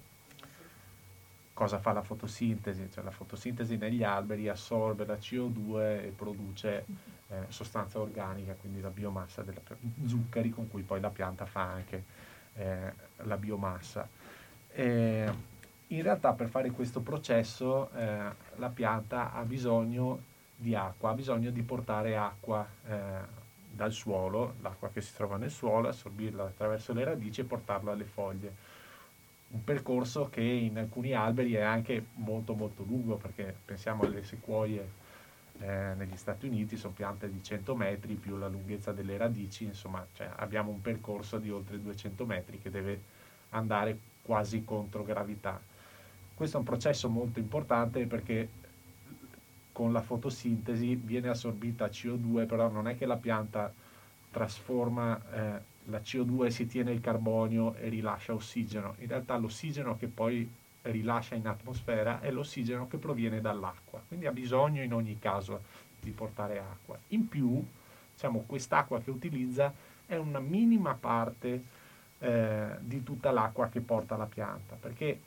cosa fa la fotosintesi? Cioè, la fotosintesi negli alberi assorbe la C O due e produce eh, sostanza organica, quindi la biomassa della zuccheri con cui poi la pianta fa anche eh, la biomassa. E in realtà per fare questo processo eh, la pianta ha bisogno di acqua, ha bisogno di portare acqua eh, dal suolo, l'acqua che si trova nel suolo, assorbirla attraverso le radici e portarla alle foglie. Un percorso che in alcuni alberi è anche molto molto lungo, perché pensiamo alle sequoie eh, negli Stati Uniti, sono piante di cento metri più la lunghezza delle radici, insomma, cioè, abbiamo un percorso di oltre duecento metri che deve andare quasi contro gravità. Questo è un processo molto importante perché con la fotosintesi viene assorbita C O due, però non è che la pianta trasforma eh, la C O due, si tiene il carbonio e rilascia ossigeno. In realtà l'ossigeno che poi rilascia in atmosfera è l'ossigeno che proviene dall'acqua, quindi ha bisogno in ogni caso di portare acqua. In più, diciamo, quest'acqua che utilizza è una minima parte eh, di tutta l'acqua che porta la pianta, perché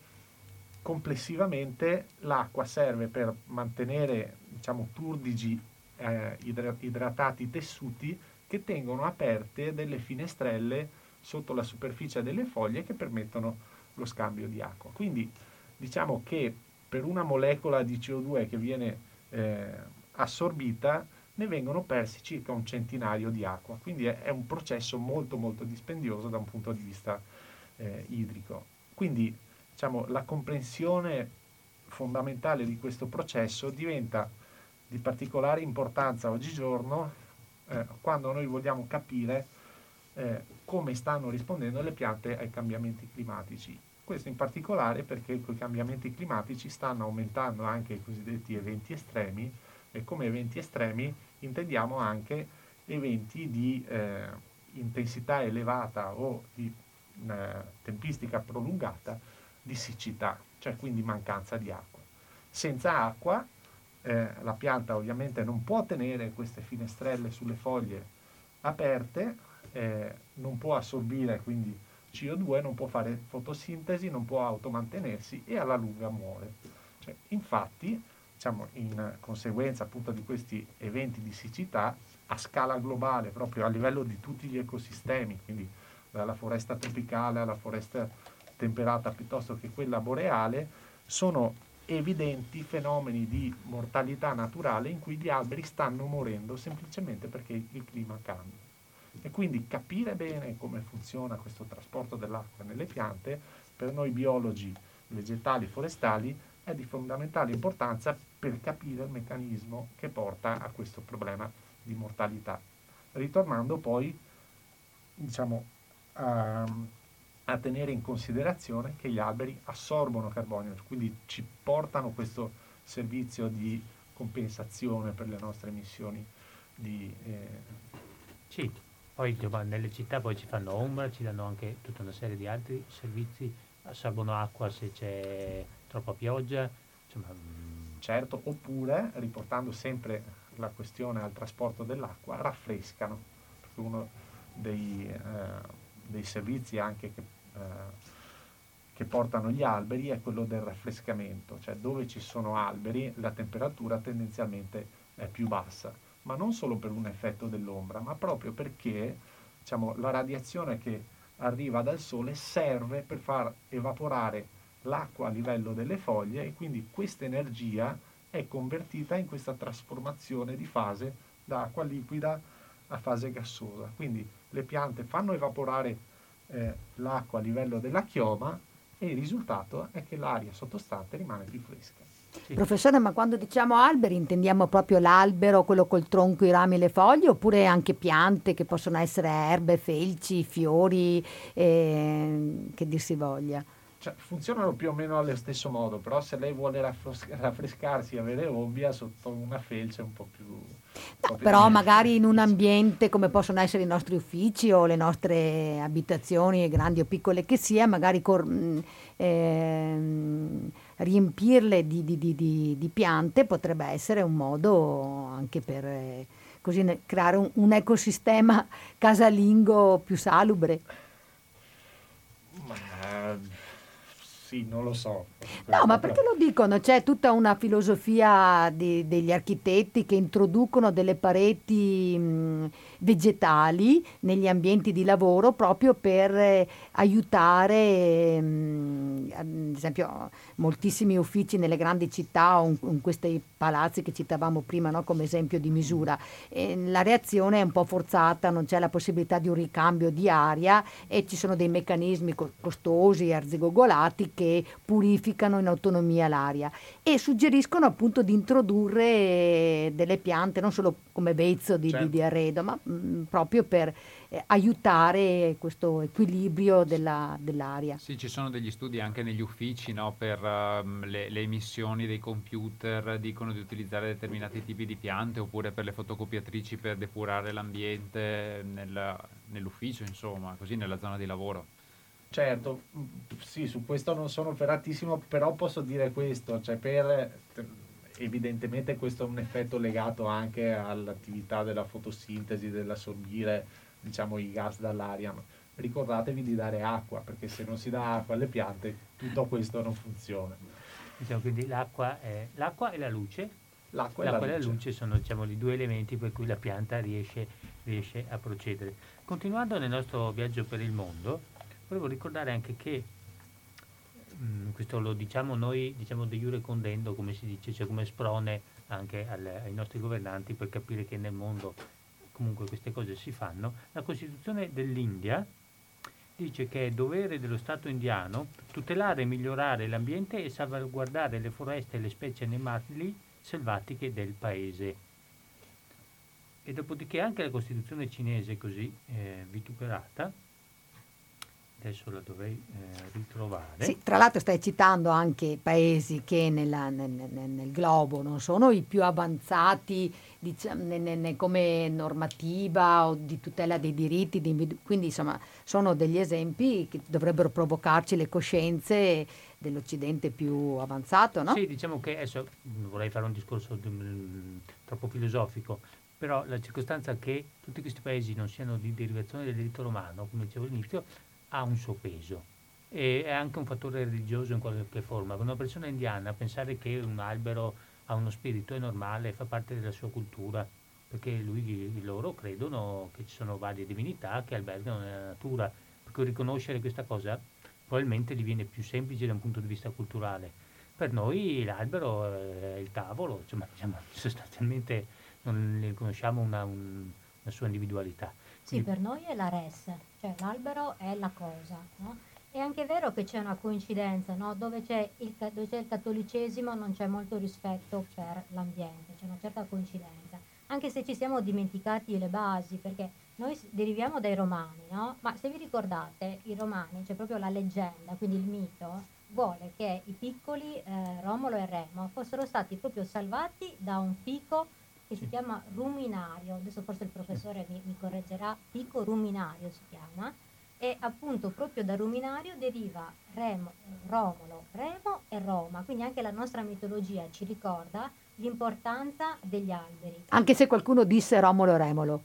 complessivamente l'acqua serve per mantenere, diciamo, turgidi, eh, idra- idratati i tessuti che tengono aperte delle finestrelle sotto la superficie delle foglie che permettono lo scambio di acqua. Quindi diciamo che per una molecola di C O due che viene eh, assorbita ne vengono persi circa un centinaio di acqua, quindi è, è un processo molto molto dispendioso da un punto di vista eh, idrico. Quindi diciamo, la comprensione fondamentale di questo processo diventa di particolare importanza oggigiorno eh, quando noi vogliamo capire eh, come stanno rispondendo le piante ai cambiamenti climatici. Questo in particolare perché con i cambiamenti climatici stanno aumentando anche i cosiddetti eventi estremi, e come eventi estremi intendiamo anche eventi di eh, intensità elevata o di eh, tempistica prolungata di siccità, cioè quindi mancanza di acqua. Senza acqua eh, la pianta ovviamente non può tenere queste finestrelle sulle foglie aperte, eh, non può assorbire quindi C O due, non può fare fotosintesi, non può automantenersi e alla lunga muore. Cioè, infatti, diciamo, in conseguenza appunto di questi eventi di siccità a scala globale, proprio a livello di tutti gli ecosistemi, quindi dalla foresta tropicale alla foresta temperata piuttosto che quella boreale, sono evidenti fenomeni di mortalità naturale in cui gli alberi stanno morendo semplicemente perché il clima cambia. E quindi capire bene come funziona questo trasporto dell'acqua nelle piante, per noi biologi vegetali e forestali, è di fondamentale importanza per capire il meccanismo che porta a questo problema di mortalità. Ritornando poi, diciamo, a, a tenere in considerazione che gli alberi assorbono carbonio, quindi ci portano questo servizio di compensazione per le nostre emissioni di eh, Sì, poi insomma, nelle città poi ci fanno ombra, ci danno anche tutta una serie di altri servizi, assorbono acqua se c'è troppa pioggia, insomma. mm, certo, oppure, riportando sempre la questione al trasporto dell'acqua, raffrescano, perché uno dei, eh, dei servizi anche che, eh, che portano gli alberi è quello del raffrescamento, cioè dove ci sono alberi la temperatura tendenzialmente è più bassa, ma non solo per un effetto dell'ombra, ma proprio perché, diciamo, la radiazione che arriva dal sole serve per far evaporare l'acqua a livello delle foglie e quindi questa energia è convertita in questa trasformazione di fase da acqua liquida a fase gassosa. Quindi le piante fanno evaporare eh, l'acqua a livello della chioma e il risultato è che l'aria sottostante rimane più fresca. Sì. Professore, ma quando diciamo alberi intendiamo proprio l'albero, quello col tronco, i rami e le foglie, oppure anche piante che possono essere erbe, felci, fiori, eh, che dir si voglia? Cioè, funzionano più o meno allo stesso modo, però se lei vuole raffres- raffrescarsi e avere ombra sotto una felce è un po' più... un po' No, più però difficile. magari in un ambiente come possono essere i nostri uffici o le nostre abitazioni, grandi o piccole che sia, magari cor- mh, ehm, riempirle di, di- di- di- di piante potrebbe essere un modo anche per eh, così ne- creare un, un ecosistema casalingo più salubre. Ma sì, non lo so. No, ma perché lo dicono? C'è tutta una filosofia di- degli architetti che introducono delle pareti mh, vegetali negli ambienti di lavoro proprio per eh, aiutare, mh, ad esempio, moltissimi uffici nelle grandi città o in, in questi palazzi che citavamo prima, no, come esempio di misura. E la reazione è un po' forzata, non c'è la possibilità di un ricambio di aria e ci sono dei meccanismi co- costosi, arzigogolati che purificano in autonomia l'aria, e suggeriscono appunto di introdurre delle piante non solo come vezzo di, Certo. di, di arredo, ma mh, proprio per eh, aiutare questo equilibrio della, dell'aria. Sì, ci sono degli studi anche negli uffici, no, per ehm, le, le emissioni dei computer, dicono di utilizzare determinati tipi di piante, oppure per le fotocopiatrici per depurare l'ambiente nel- nell'ufficio, insomma, così nella zona di lavoro. Certo, mm, sì, su questo non sono ferratissimo, però posso dire questo, cioè per, evidentemente questo è un effetto legato anche all'attività della fotosintesi, dell'assorbire, diciamo, i gas dall'aria. Ma ricordatevi di dare acqua, perché se non si dà acqua alle piante, tutto questo non funziona. Diciamo, quindi l'acqua, è, l'acqua e la luce. L'acqua e la L'acqua e la luce. luce sono, diciamo, i due elementi per cui la pianta riesce, riesce a procedere. Continuando nel nostro viaggio per il mondo, volevo ricordare anche che, mh, questo lo diciamo noi, diciamo de iure condendo, come si dice, cioè come sprone anche al- ai nostri governanti per capire che nel mondo comunque queste cose si fanno. La Costituzione dell'India dice che è dovere dello Stato indiano tutelare e migliorare l'ambiente e salvaguardare le foreste e le specie animali selvatiche del paese. E dopodiché anche la Costituzione cinese, così eh, vituperata, adesso la dovrei eh, ritrovare. Sì, tra l'altro stai citando anche paesi che nella- nel, nel- nel globo non sono i più avanzati, diciamo, ne- ne- ne- come normativa o di tutela dei diritti, di individu- quindi insomma sono degli esempi che dovrebbero provocarci le coscienze dell'Occidente più avanzato, no? Sì, diciamo che adesso non vorrei fare un discorso mm, troppo filosofico, però la circostanza che tutti questi paesi non siano di derivazione del diritto romano, come dicevo all'inizio, ha un suo peso e è anche un fattore religioso in qualche forma. Per una persona indiana pensare che un albero ha uno spirito è normale, fa parte della sua cultura, perché lui, loro credono che ci sono varie divinità che albergano nella natura, per cui riconoscere questa cosa probabilmente gli viene più semplice da un punto di vista culturale. Per noi l'albero è il tavolo, insomma, diciamo, sostanzialmente non ne riconosciamo una, un- una sua individualità. Sì, Quindi per noi è la res, cioè l'albero è la cosa, no? È anche vero che c'è una coincidenza, no? Dove c'è il, ca- dove c'è il cattolicesimo non c'è molto rispetto per l'ambiente, c'è una certa coincidenza. Anche se ci siamo dimenticati le basi, perché noi s- deriviamo dai romani, no? Ma se vi ricordate, i romani, c'è proprio la leggenda, quindi il mito, vuole che i piccoli eh, Romolo e Remo fossero stati proprio salvati da un fico che si chiama ruminario, adesso forse il professore mi, mi correggerà, fico ruminario si chiama, e appunto proprio da ruminario deriva Remo, Romolo, Remo e Roma, quindi anche la nostra mitologia ci ricorda l'importanza degli alberi. Anche se qualcuno disse Romolo Remolo.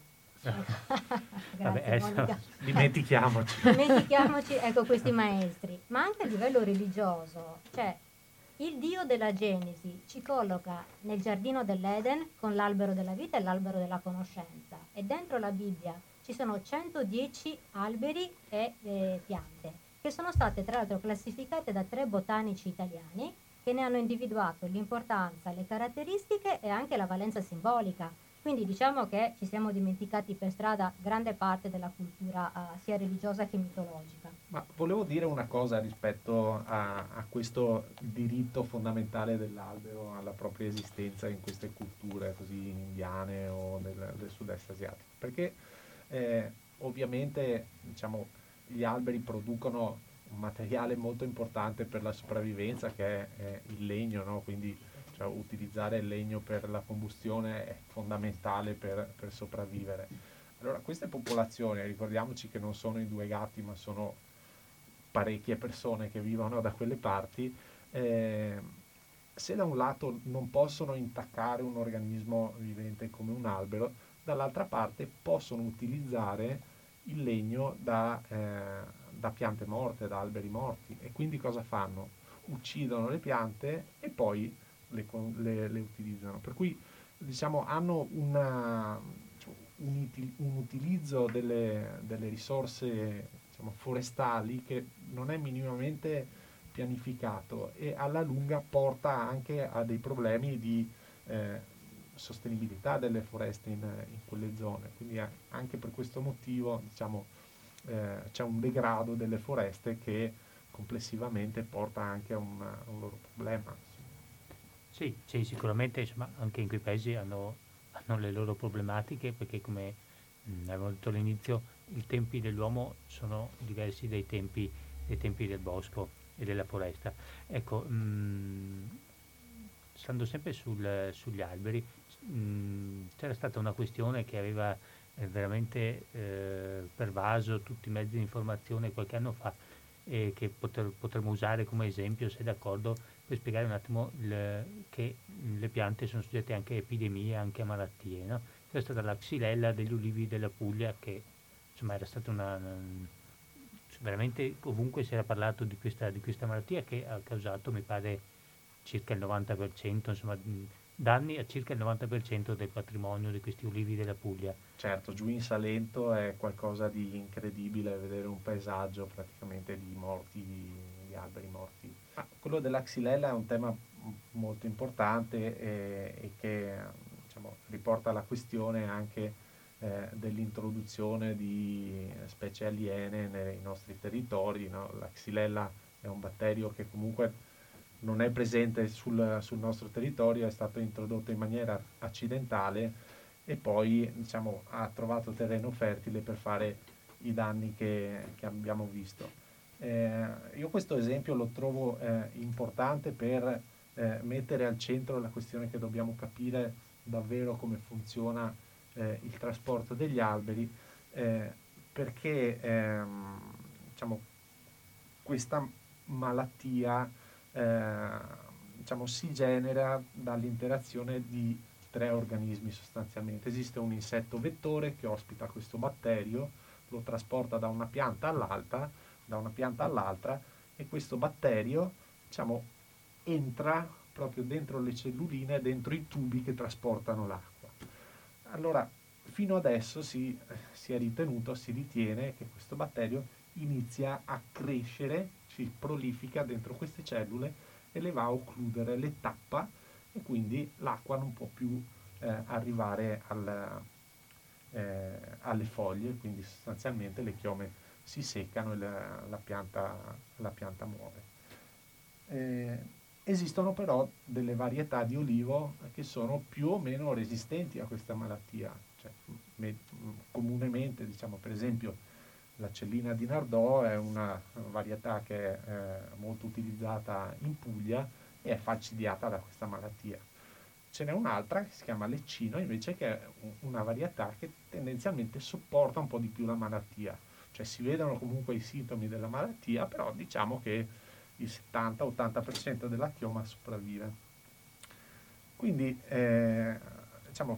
vabbè, Grazie adesso Monica. Dimentichiamoci. Dimentichiamoci, ecco, questi maestri, ma anche a livello religioso, cioè il Dio della Genesi ci colloca nel giardino dell'Eden con l'albero della vita e l'albero della conoscenza, e dentro la Bibbia ci sono centodieci alberi e eh, piante che sono state tra l'altro classificate da tre botanici italiani che ne hanno individuato l'importanza, le caratteristiche e anche la valenza simbolica. Quindi diciamo che ci siamo dimenticati per strada grande parte della cultura eh, sia religiosa che mitologica. Ma volevo dire una cosa rispetto a, a questo diritto fondamentale dell'albero alla propria esistenza in queste culture così indiane o del, del sud-est asiatico, perché eh, ovviamente, diciamo, gli alberi producono un materiale molto importante per la sopravvivenza, che è, è il legno, no? Quindi, cioè, utilizzare il legno per la combustione è fondamentale per, per sopravvivere. Allora, queste popolazioni, ricordiamoci che non sono i due gatti, ma sono parecchie persone che vivono da quelle parti, eh, se da un lato non possono intaccare un organismo vivente come un albero, dall'altra parte possono utilizzare il legno da, eh, da piante morte, da alberi morti. E quindi cosa fanno? Uccidono le piante e poi le, le, le utilizzano. Per cui, diciamo, hanno una, un, util, un utilizzo delle, delle risorse, diciamo, forestali che non è minimamente pianificato, e alla lunga porta anche a dei problemi di eh, sostenibilità delle foreste in, in quelle zone. Quindi anche per questo motivo, diciamo, eh, c'è un degrado delle foreste che complessivamente porta anche a un, a un loro problema. Sì, sì, sicuramente insomma, anche in quei paesi hanno, hanno le loro problematiche perché come mh, avevo detto all'inizio, i tempi dell'uomo sono diversi dai tempi, dai tempi del bosco e della foresta. Ecco, mh, stando sempre sul- sugli alberi, mh, c'era stata una questione che aveva eh, veramente eh, pervaso tutti i mezzi di informazione qualche anno fa e che poter- potremmo usare come esempio, se d'accordo, per spiegare un attimo il- che le piante sono soggette anche a epidemie, anche a malattie, no? C'è stata la xylella degli ulivi della Puglia che insomma era stata una, una- veramente ovunque si era parlato di questa, di questa malattia che ha causato, mi pare, circa il novanta per cento, insomma, mh, danni a circa il novanta per cento del patrimonio di questi ulivi della Puglia. Certo, giù in Salento è qualcosa di incredibile vedere un paesaggio praticamente di morti, di alberi morti. Ah, quello della xylella è un tema m- molto importante e, e che diciamo, riporta alla questione anche eh, dell'introduzione di specie aliene nei nostri territori, no? La xylella è un batterio che comunque non è presente sul, sul nostro territorio, è stato introdotto in maniera accidentale e poi diciamo, ha trovato terreno fertile per fare i danni che, che abbiamo visto. Eh, io questo esempio lo trovo eh, importante per eh, mettere al centro la questione che dobbiamo capire davvero come funziona eh, il trasporto degli alberi, eh, perché ehm, diciamo, questa malattia eh, diciamo, si genera dall'interazione di tre organismi sostanzialmente. Esiste un insetto vettore che ospita questo batterio, lo trasporta da una pianta all'altra, da una pianta all'altra e questo batterio diciamo, entra proprio dentro le celluline, dentro i tubi che trasportano l'acqua. Allora, fino adesso si, si è ritenuto, si ritiene che questo batterio inizia a crescere, si prolifica dentro queste cellule e le va a occludere, le tappa e quindi l'acqua non può più eh, arrivare al, eh, alle foglie, quindi sostanzialmente le chiome si seccano e la, la, pianta, la pianta muore. Eh, esistono però delle varietà di olivo che sono più o meno resistenti a questa malattia, cioè, me, comunemente diciamo per esempio la cellina di Nardò è una varietà che è eh, molto utilizzata in Puglia e è falcidiata da questa malattia. Ce n'è un'altra che si chiama Leccino invece che è una varietà che tendenzialmente sopporta un po' di più la malattia, cioè si vedono comunque i sintomi della malattia, però diciamo che il settanta ottanta per cento della chioma sopravvive. Quindi eh, diciamo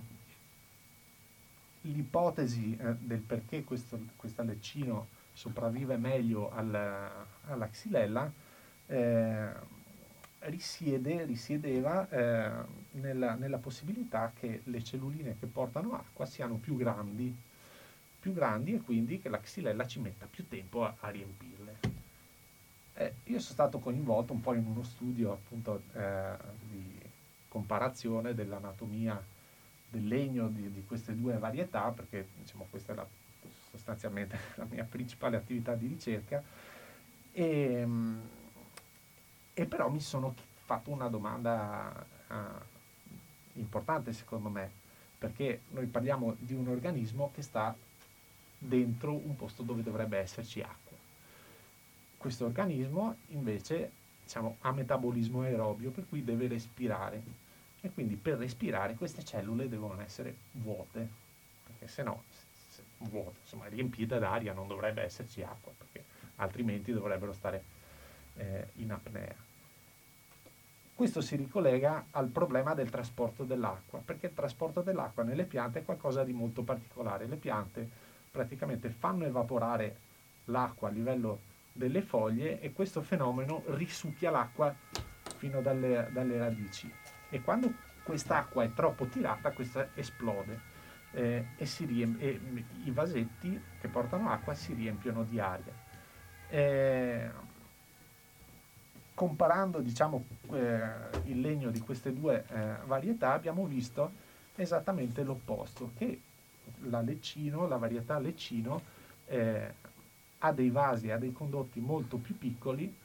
l'ipotesi eh, del perché questo, questa leccino sopravvive meglio al, alla xylella eh, risiede, risiedeva eh, nella, nella possibilità che le celluline che portano acqua siano più grandi, più grandi e quindi che la xylella ci metta più tempo a, a riempirle. Eh, io sono stato coinvolto un po' in uno studio appunto eh, di comparazione dell'anatomia del legno di, di queste due varietà, perché diciamo, questa è la, sostanzialmente la mia principale attività di ricerca, e, e però mi sono fatto una domanda uh, importante secondo me, perché noi parliamo di un organismo che sta dentro un posto dove dovrebbe esserci acqua. Questo organismo invece diciamo, ha metabolismo aerobio, per cui deve respirare e quindi per respirare queste cellule devono essere vuote, perché se no, se, vuote, insomma riempite d'aria, non dovrebbe esserci acqua, perché altrimenti dovrebbero stare eh, in apnea. Questo si ricollega al problema del trasporto dell'acqua, perché il trasporto dell'acqua nelle piante è qualcosa di molto particolare. Le piante praticamente fanno evaporare l'acqua a livello delle foglie e questo fenomeno risucchia l'acqua fino dalle, dalle radici e quando quest'acqua è troppo tirata questa esplode eh, e, si riemp- e i vasetti che portano acqua si riempiono di aria. Eh, comparando diciamo, eh, il legno di queste due eh, varietà abbiamo visto esattamente l'opposto, che la Leccino, la varietà Leccino eh, ha dei vasi, ha dei condotti molto più piccoli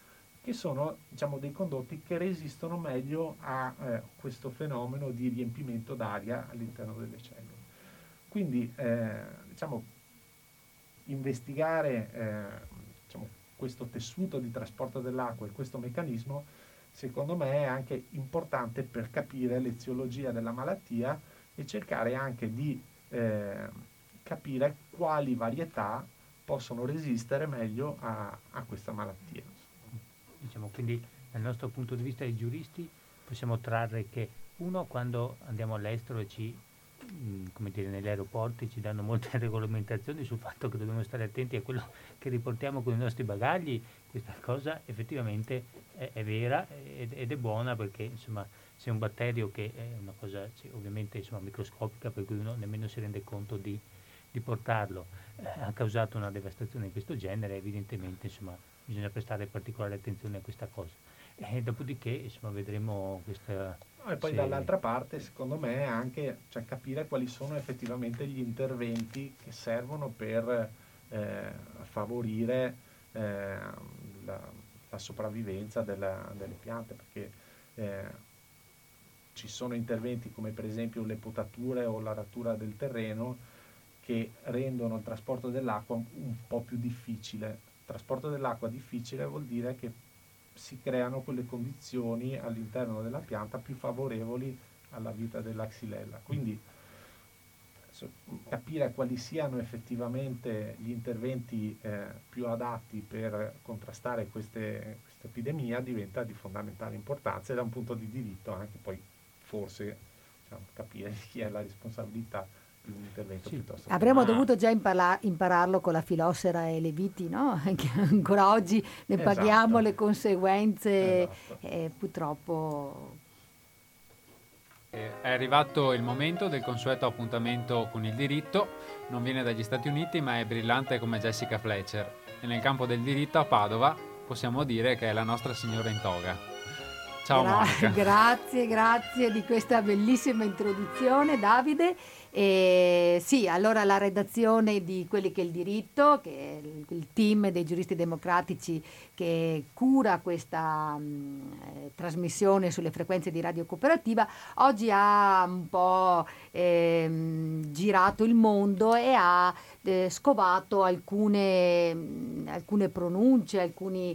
che sono, diciamo, dei condotti che resistono meglio a eh, questo fenomeno di riempimento d'aria all'interno delle cellule. Quindi eh, diciamo, investigare eh, diciamo, questo tessuto di trasporto dell'acqua e questo meccanismo, secondo me è anche importante per capire l'eziologia della malattia e cercare anche di eh, capire quali varietà possono resistere meglio a, a questa malattia. Diciamo, quindi dal nostro punto di vista di giuristi possiamo trarre che uno, quando andiamo all'estero e ci, mh, come dire, negli aeroporti ci danno molte regolamentazioni sul fatto che dobbiamo stare attenti a quello che riportiamo con i nostri bagagli, questa cosa effettivamente è, è vera ed, ed è buona, perché insomma se un batterio, che è una cosa sì, ovviamente insomma, microscopica, per cui uno nemmeno si rende conto di, di portarlo, eh, ha causato una devastazione di questo genere, evidentemente insomma bisogna prestare particolare attenzione a questa cosa. E dopodiché insomma vedremo questa... E poi se... dall'altra parte, secondo me, anche cioè, capire quali sono effettivamente gli interventi che servono per eh, favorire eh, la, la sopravvivenza della, delle piante, perché eh, ci sono interventi come per esempio le potature o l'aratura del terreno che rendono il trasporto dell'acqua un po' più difficile. Trasporto dell'acqua difficile vuol dire che si creano quelle condizioni all'interno della pianta più favorevoli alla vita della xylella. Quindi so, capire quali siano effettivamente gli interventi eh, più adatti per contrastare queste, questa epidemia diventa di fondamentale importanza, e da un punto di diritto anche poi forse diciamo, capire chi è la responsabilità di un intervento Sì. piuttosto che Avremmo no. dovuto già imparla- impararlo con la filosera e le viti, no? Anche ancora oggi ne Esatto. paghiamo le conseguenze, Esatto. e purtroppo... Eh, È arrivato il momento del consueto appuntamento con il diritto. Non viene dagli Stati Uniti, ma è brillante come Jessica Fletcher. E nel campo del diritto a Padova possiamo dire che è la nostra signora in toga. Ciao Gra- Monica. Grazie, grazie di questa bellissima introduzione, Davide. E sì, allora la redazione di Quelli che è il diritto, che è il, il team dei giuristi democratici che cura questa mh, eh, trasmissione sulle frequenze di Radio Cooperativa, oggi ha un po' ehm, girato il mondo e ha eh, scovato alcune, mh, alcune pronunce, alcuni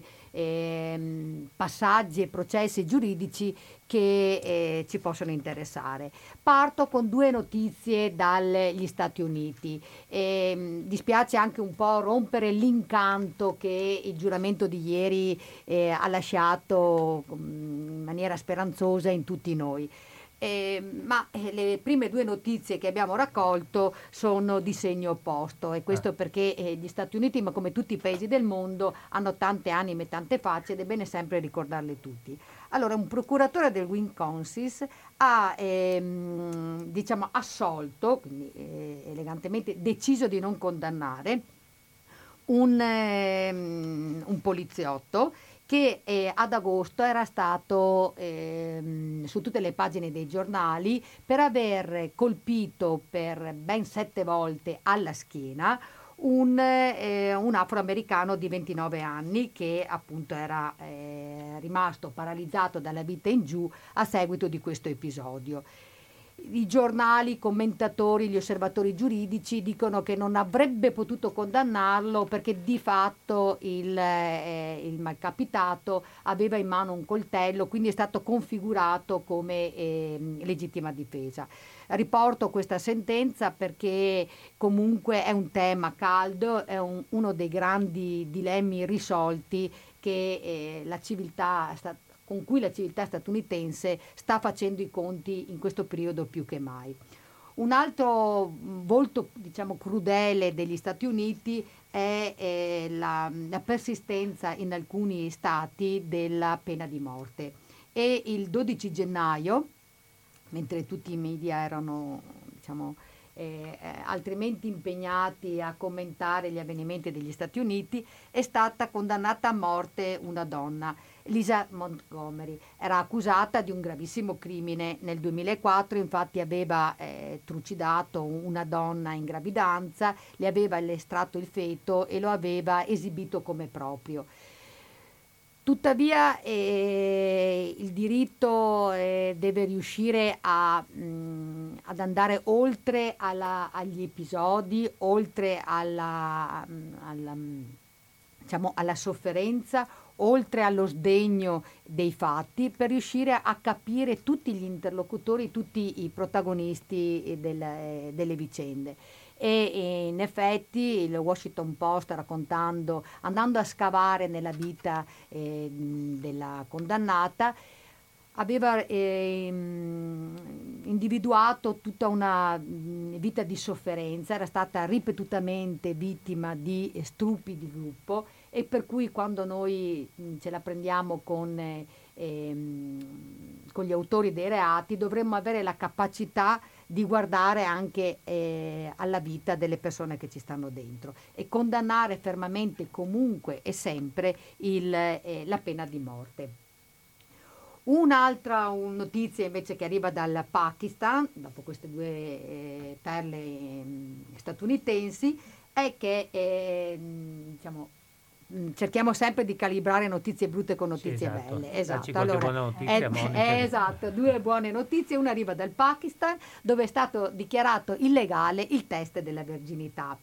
ehm, passaggi e processi giuridici che eh, ci possono interessare. Parto con due notizie dagli Stati Uniti. E, mh, dispiace anche un po' rompere l'incanto che il giuramento di ieri eh, ha lasciato mh, in maniera speranzosa in tutti noi. Eh, ma eh, le prime due notizie che abbiamo raccolto sono di segno opposto, e questo perché eh, gli Stati Uniti, ma come tutti i paesi del mondo, hanno tante anime e tante facce ed è bene sempre ricordarle tutti. Allora, un procuratore del Wisconsin ha ehm, diciamo assolto, quindi eh, elegantemente deciso di non condannare un, ehm, un poliziotto che eh, ad agosto era stato ehm, su tutte le pagine dei giornali per aver colpito per ben sette volte alla schiena un, eh, un afroamericano di ventinove anni che appunto era eh, rimasto paralizzato dalla vita in giù a seguito di questo episodio. I giornali, i commentatori, gli osservatori giuridici dicono che non avrebbe potuto condannarlo perché di fatto il, eh, il malcapitato aveva in mano un coltello, quindi è stato configurato come eh, legittima difesa. Riporto questa sentenza perché comunque è un tema caldo, è un, uno dei grandi dilemmi irrisolti che eh, la civiltà sta con cui la civiltà statunitense sta facendo i conti in questo periodo più che mai. Un altro volto, diciamo, crudele degli Stati Uniti è eh, la, la persistenza in alcuni stati della pena di morte. E il dodici gennaio, mentre tutti i media erano, diciamo, eh, altrimenti impegnati a commentare gli avvenimenti degli Stati Uniti, è stata condannata a morte una donna. Lisa Montgomery era accusata di un gravissimo crimine nel duemilaquattro, infatti aveva eh, trucidato una donna in gravidanza, le aveva estratto il feto e lo aveva esibito come proprio. Tuttavia eh, il diritto eh, deve riuscire a, mh, ad andare oltre alla, agli episodi, oltre alla, alla, diciamo, alla sofferenza, oltre allo sdegno dei fatti, per riuscire a capire tutti gli interlocutori, tutti i protagonisti del, eh, delle vicende. E in effetti il Washington Post, raccontando, andando a scavare nella vita eh, della condannata, aveva eh, individuato tutta una vita di sofferenza, era stata ripetutamente vittima di struppi di gruppo, e per cui quando noi ce la prendiamo con, eh, con gli autori dei reati dovremmo avere la capacità di guardare anche eh, alla vita delle persone che ci stanno dentro e condannare fermamente, comunque e sempre, il, eh, la pena di morte. Un'altra un notizia invece che arriva dal Pakistan, dopo queste due eh, perle eh, statunitensi, è che eh, diciamo, cerchiamo sempre di calibrare notizie brutte con notizie sì, esatto. belle. Esatto. Allora, buona notizia, è, è, esatto, due buone notizie. Una arriva dal Pakistan, dove è stato dichiarato illegale il test della verginità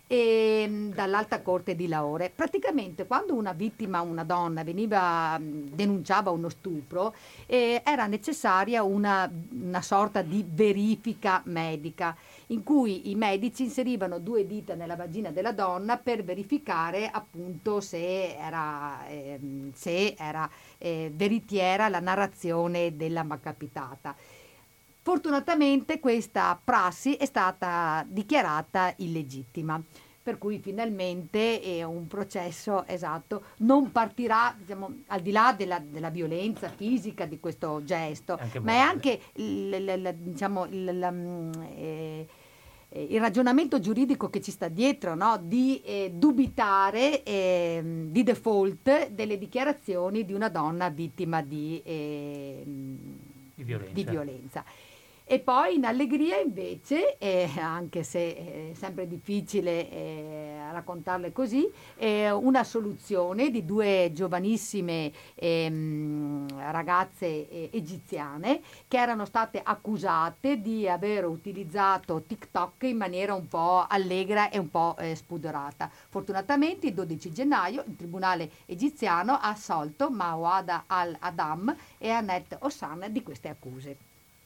e dall'Alta Corte di Lahore. Praticamente quando una vittima, una donna, veniva denunciava uno stupro, eh, era necessaria una, una sorta di verifica medica, in cui i medici inserivano due dita nella vagina della donna per verificare appunto se era, eh, se era eh, veritiera la narrazione della malcapitata. Fortunatamente questa prassi è stata dichiarata illegittima, per cui finalmente è un processo esatto, non partirà, diciamo, al di là della, della violenza fisica di questo gesto, anche ma è anche il, il, diciamo, il, eh, il ragionamento giuridico che ci sta dietro, no? Di eh, dubitare eh, di default delle dichiarazioni di una donna vittima di, eh, di violenza. Di violenza. E poi in allegria invece, eh, anche se è sempre difficile eh, raccontarle così, eh, una soluzione di due giovanissime ehm, ragazze eh, egiziane che erano state accusate di aver utilizzato TikTok in maniera un po' allegra e un po' eh, spudorata. Fortunatamente il dodici gennaio il tribunale egiziano ha assolto Mawada al-Adam e Annette Ossan di queste accuse.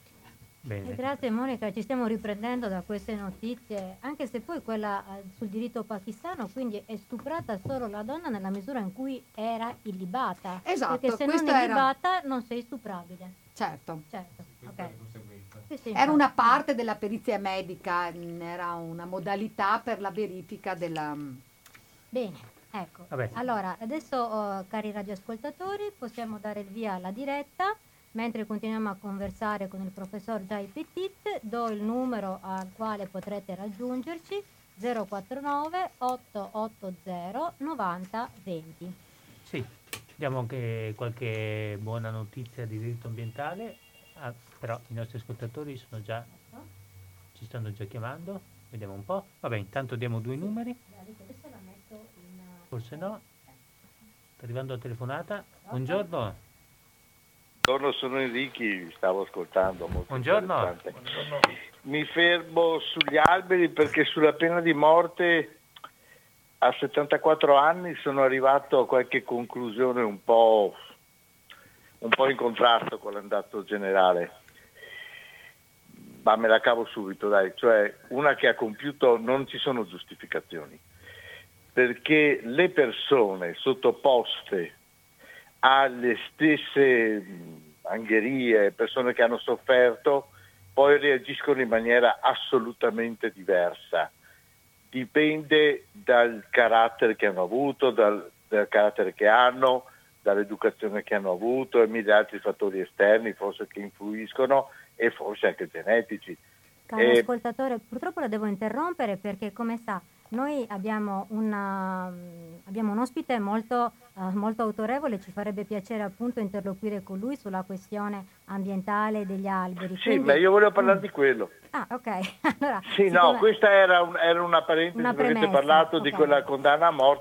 Eh, grazie Monica, ci stiamo riprendendo da queste notizie, anche se poi quella eh, sul diritto pakistano, quindi è stuprata solo la donna nella misura in cui era illibata. Esatto, perché se non è illibata era... non sei stuprabile. Certo. Certo, okay. Sì, sì, era una parte della perizia medica, era una modalità per la verifica della... Bene, ecco. Vabbè. Allora, adesso oh, cari radioascoltatori, possiamo dare il via alla diretta. Mentre continuiamo a conversare con il professor Jai Petit, do il numero al quale potrete raggiungerci, zero quattro nove otto otto zero nove zero due zero. Sì, diamo anche qualche buona notizia di diritto ambientale, ah, però i nostri ascoltatori sono già, ci stanno già chiamando, vediamo un po'. Vabbè, intanto diamo due numeri. Forse no. Sta arrivando la telefonata. Buongiorno. Buongiorno, sono Enrichi, stavo ascoltando. Molto Buongiorno. Mi fermo sugli alberi perché sulla pena di morte a settantaquattro anni sono arrivato a qualche conclusione un po', un po' in contrasto con l'andato generale. Ma me la cavo subito, dai. Cioè, una che ha compiuto, non ci sono giustificazioni, perché le persone sottoposte alle stesse angherie, persone che hanno sofferto, poi reagiscono in maniera assolutamente diversa. Dipende dal carattere che hanno avuto, dal, dal carattere che hanno, dall'educazione che hanno avuto e mille altri fattori esterni forse che influiscono e forse anche genetici. Caro e... ascoltatore, purtroppo la devo interrompere perché, come sa, noi abbiamo, una, abbiamo un ospite molto, uh, molto autorevole, ci farebbe piacere appunto interloquire con lui sulla questione ambientale degli alberi. Sì, Quindi... ma io volevo parlare mm. di quello. Ah, ok. Allora, sì, no, come... questa era, un, era una parentesi, una avete parlato okay. di quella condanna a morte.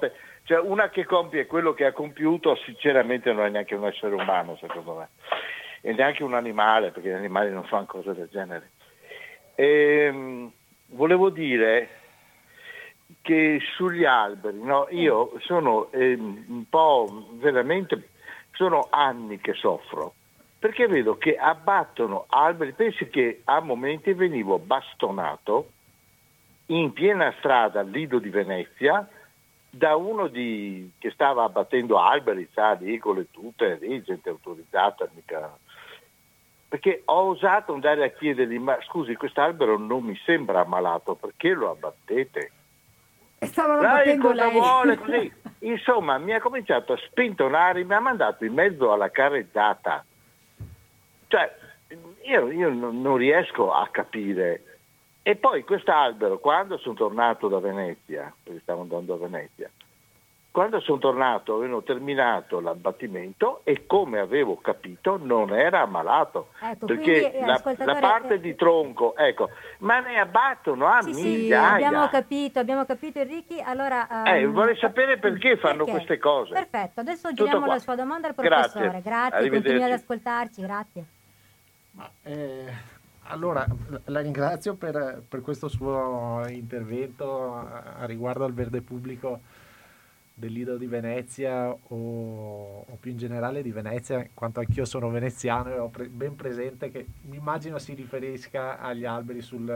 Cioè una che compie quello che ha compiuto sinceramente non è neanche un essere umano secondo me, e neanche un animale, perché gli animali non fanno cose del genere. E, volevo dire che sugli alberi, no, io sono eh, un po' veramente, sono anni che soffro, perché vedo che abbattono alberi. Pensi che a momenti venivo bastonato in piena strada al Lido di Venezia da uno di, che stava abbattendo alberi, sa, lì con le tute, lì, gente autorizzata, mica. Perché ho osato andare a chiedergli, ma scusi, quest'albero non mi sembra ammalato, perché lo abbattete? E stavano Lei battendo cosa lei. vuole così? Insomma, mi ha cominciato a spintonare, mi ha mandato in mezzo alla carrezzata. Cioè, io, io non, non riesco a capire. E poi quest'albero, quando sono tornato da Venezia, perché stavo andando a Venezia, quando sono tornato avevano terminato l'abbattimento e, come avevo capito, non era ammalato. Ecco, perché quindi, eh, la, ascoltatore, la parte eh, di tronco, ecco, ma ne abbattono a Sì, sì, migliaia. abbiamo capito, abbiamo capito Enrichi. Allora, Eh, ehm, vorrei sapere perché fanno perché? queste cose. Perfetto, adesso Tutto giriamo qua. la sua domanda al Grazie. professore. Grazie, Arrivederci. continui ad ascoltarci, grazie. Ma, eh, allora, la- la ringrazio per, per questo suo intervento a, a riguardo al verde pubblico del Lido di Venezia o, o più in generale di Venezia, in quanto anch'io sono veneziano e ho pre- ben presente che mi immagino si riferisca agli alberi sul,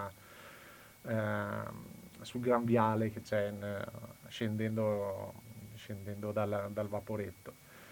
eh, sul Gran Viale che c'è in- scendendo, scendendo dal, dal Vaporetto.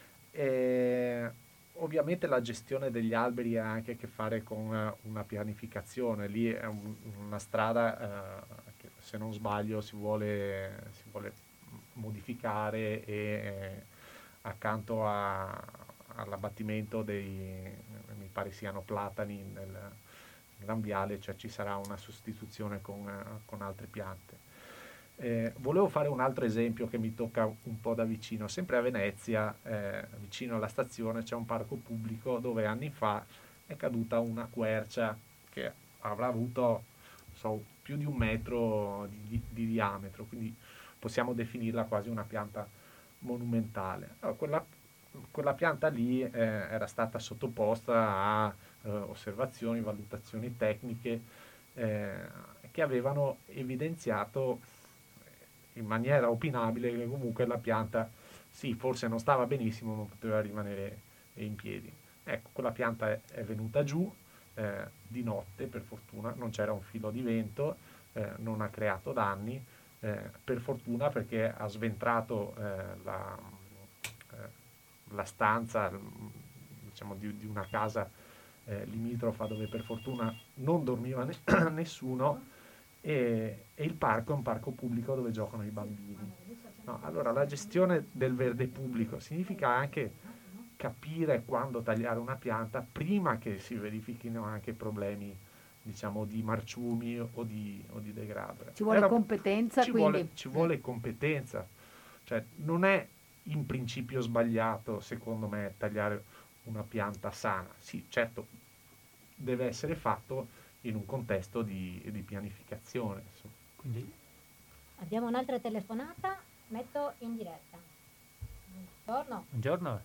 E ovviamente la gestione degli alberi ha anche a che fare con eh, una pianificazione. Lì è un- una strada eh, che, se non sbaglio, si vuole, si vuole modificare e eh, accanto a- all'abbattimento dei, mi pare siano platani nel Gran Viale, cioè ci sarà una sostituzione con, eh, con altre piante. Eh, volevo fare un altro esempio che mi tocca un po' da vicino. Sempre a Venezia, eh, vicino alla stazione, c'è un parco pubblico dove anni fa è caduta una quercia che avrà avuto, so, più di un metro di, di- di diametro, quindi possiamo definirla quasi una pianta monumentale. Allora, quella, quella pianta lì eh, era stata sottoposta a eh, osservazioni, valutazioni tecniche eh, che avevano evidenziato in maniera opinabile che comunque la pianta, sì, forse non stava benissimo, ma poteva rimanere in piedi. Ecco, quella pianta è, è venuta giù eh, di notte, per fortuna, non c'era un filo di vento, eh, non ha creato danni, eh, per fortuna, perché ha sventrato eh, la, eh, la stanza, diciamo, di, di una casa eh, limitrofa dove per fortuna non dormiva ne- nessuno, e, e il parco è un parco pubblico dove giocano i bambini. No, allora la gestione del verde pubblico significa anche capire quando tagliare una pianta prima che si verifichino anche problemi, diciamo, di marciumi o di, o di degrado. Ci vuole Era- competenza, ci quindi. vuole, ci vuole competenza, cioè non è in principio sbagliato, secondo me, tagliare una pianta sana. Sì, certo, deve essere fatto in un contesto di, di pianificazione. Insomma. Quindi Abbiamo un'altra telefonata, metto in diretta. Buongiorno. buongiorno.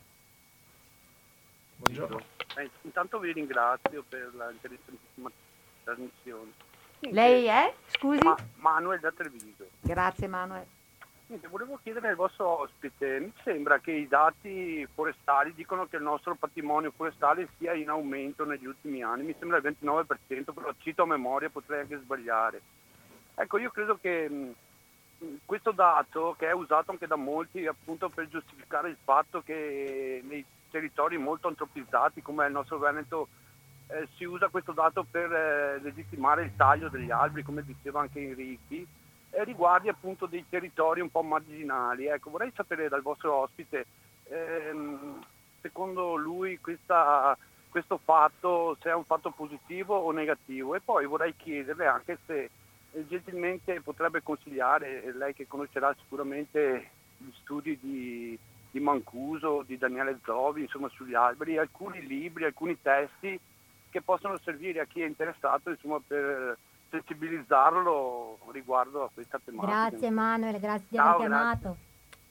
Buongiorno. Eh, intanto vi ringrazio per la interessantissima trasmissione. Niente, Lei è? Scusi? Ma- Manuel da Treviso. Grazie Manuel. Niente, volevo chiedere al vostro ospite, mi sembra che i dati forestali dicono che il nostro patrimonio forestale sia in aumento negli ultimi anni, mi sembra il ventinove per cento, però cito a memoria, potrei anche sbagliare. Ecco, io credo che mh, questo dato, che è usato anche da molti appunto per giustificare il fatto che nei territori molto antropizzati come il nostro Veneto eh, si usa questo dato per eh, legittimare il taglio degli alberi, come diceva anche Enrichi, e riguardi appunto dei territori un po' marginali. Ecco, vorrei sapere dal vostro ospite, ehm, secondo lui questa, questo fatto, se è un fatto positivo o negativo, e poi vorrei chiederle anche se eh, gentilmente potrebbe consigliare, eh, lei che conoscerà sicuramente gli studi di, di Mancuso, di Daniele Zovi, insomma sugli alberi, alcuni libri, alcuni testi che possono servire a chi è interessato, insomma, per sensibilizzarlo riguardo a questa tematica. Grazie Manuel, grazie di Ciao, aver chiamato.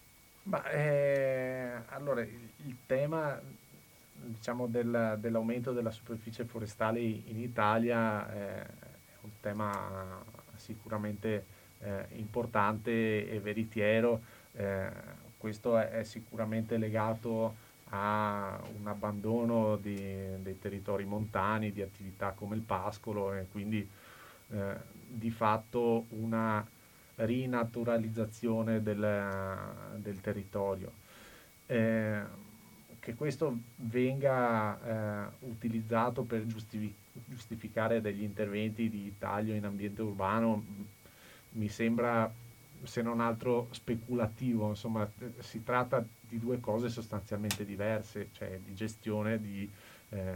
Ma eh, allora il, il tema, diciamo, del, dell'aumento della superficie forestale in Italia eh, è un tema sicuramente eh, importante e veritiero. Eh, questo è, è sicuramente legato a un abbandono di, dei territori montani, di attività come il pascolo e quindi eh, di fatto una rinaturalizzazione del, del territorio. Eh, che questo venga eh, utilizzato per giustifi- giustificare degli interventi di taglio in ambiente urbano mi sembra, se non altro, speculativo. Insomma, si tratta di due cose sostanzialmente diverse, cioè di gestione di eh,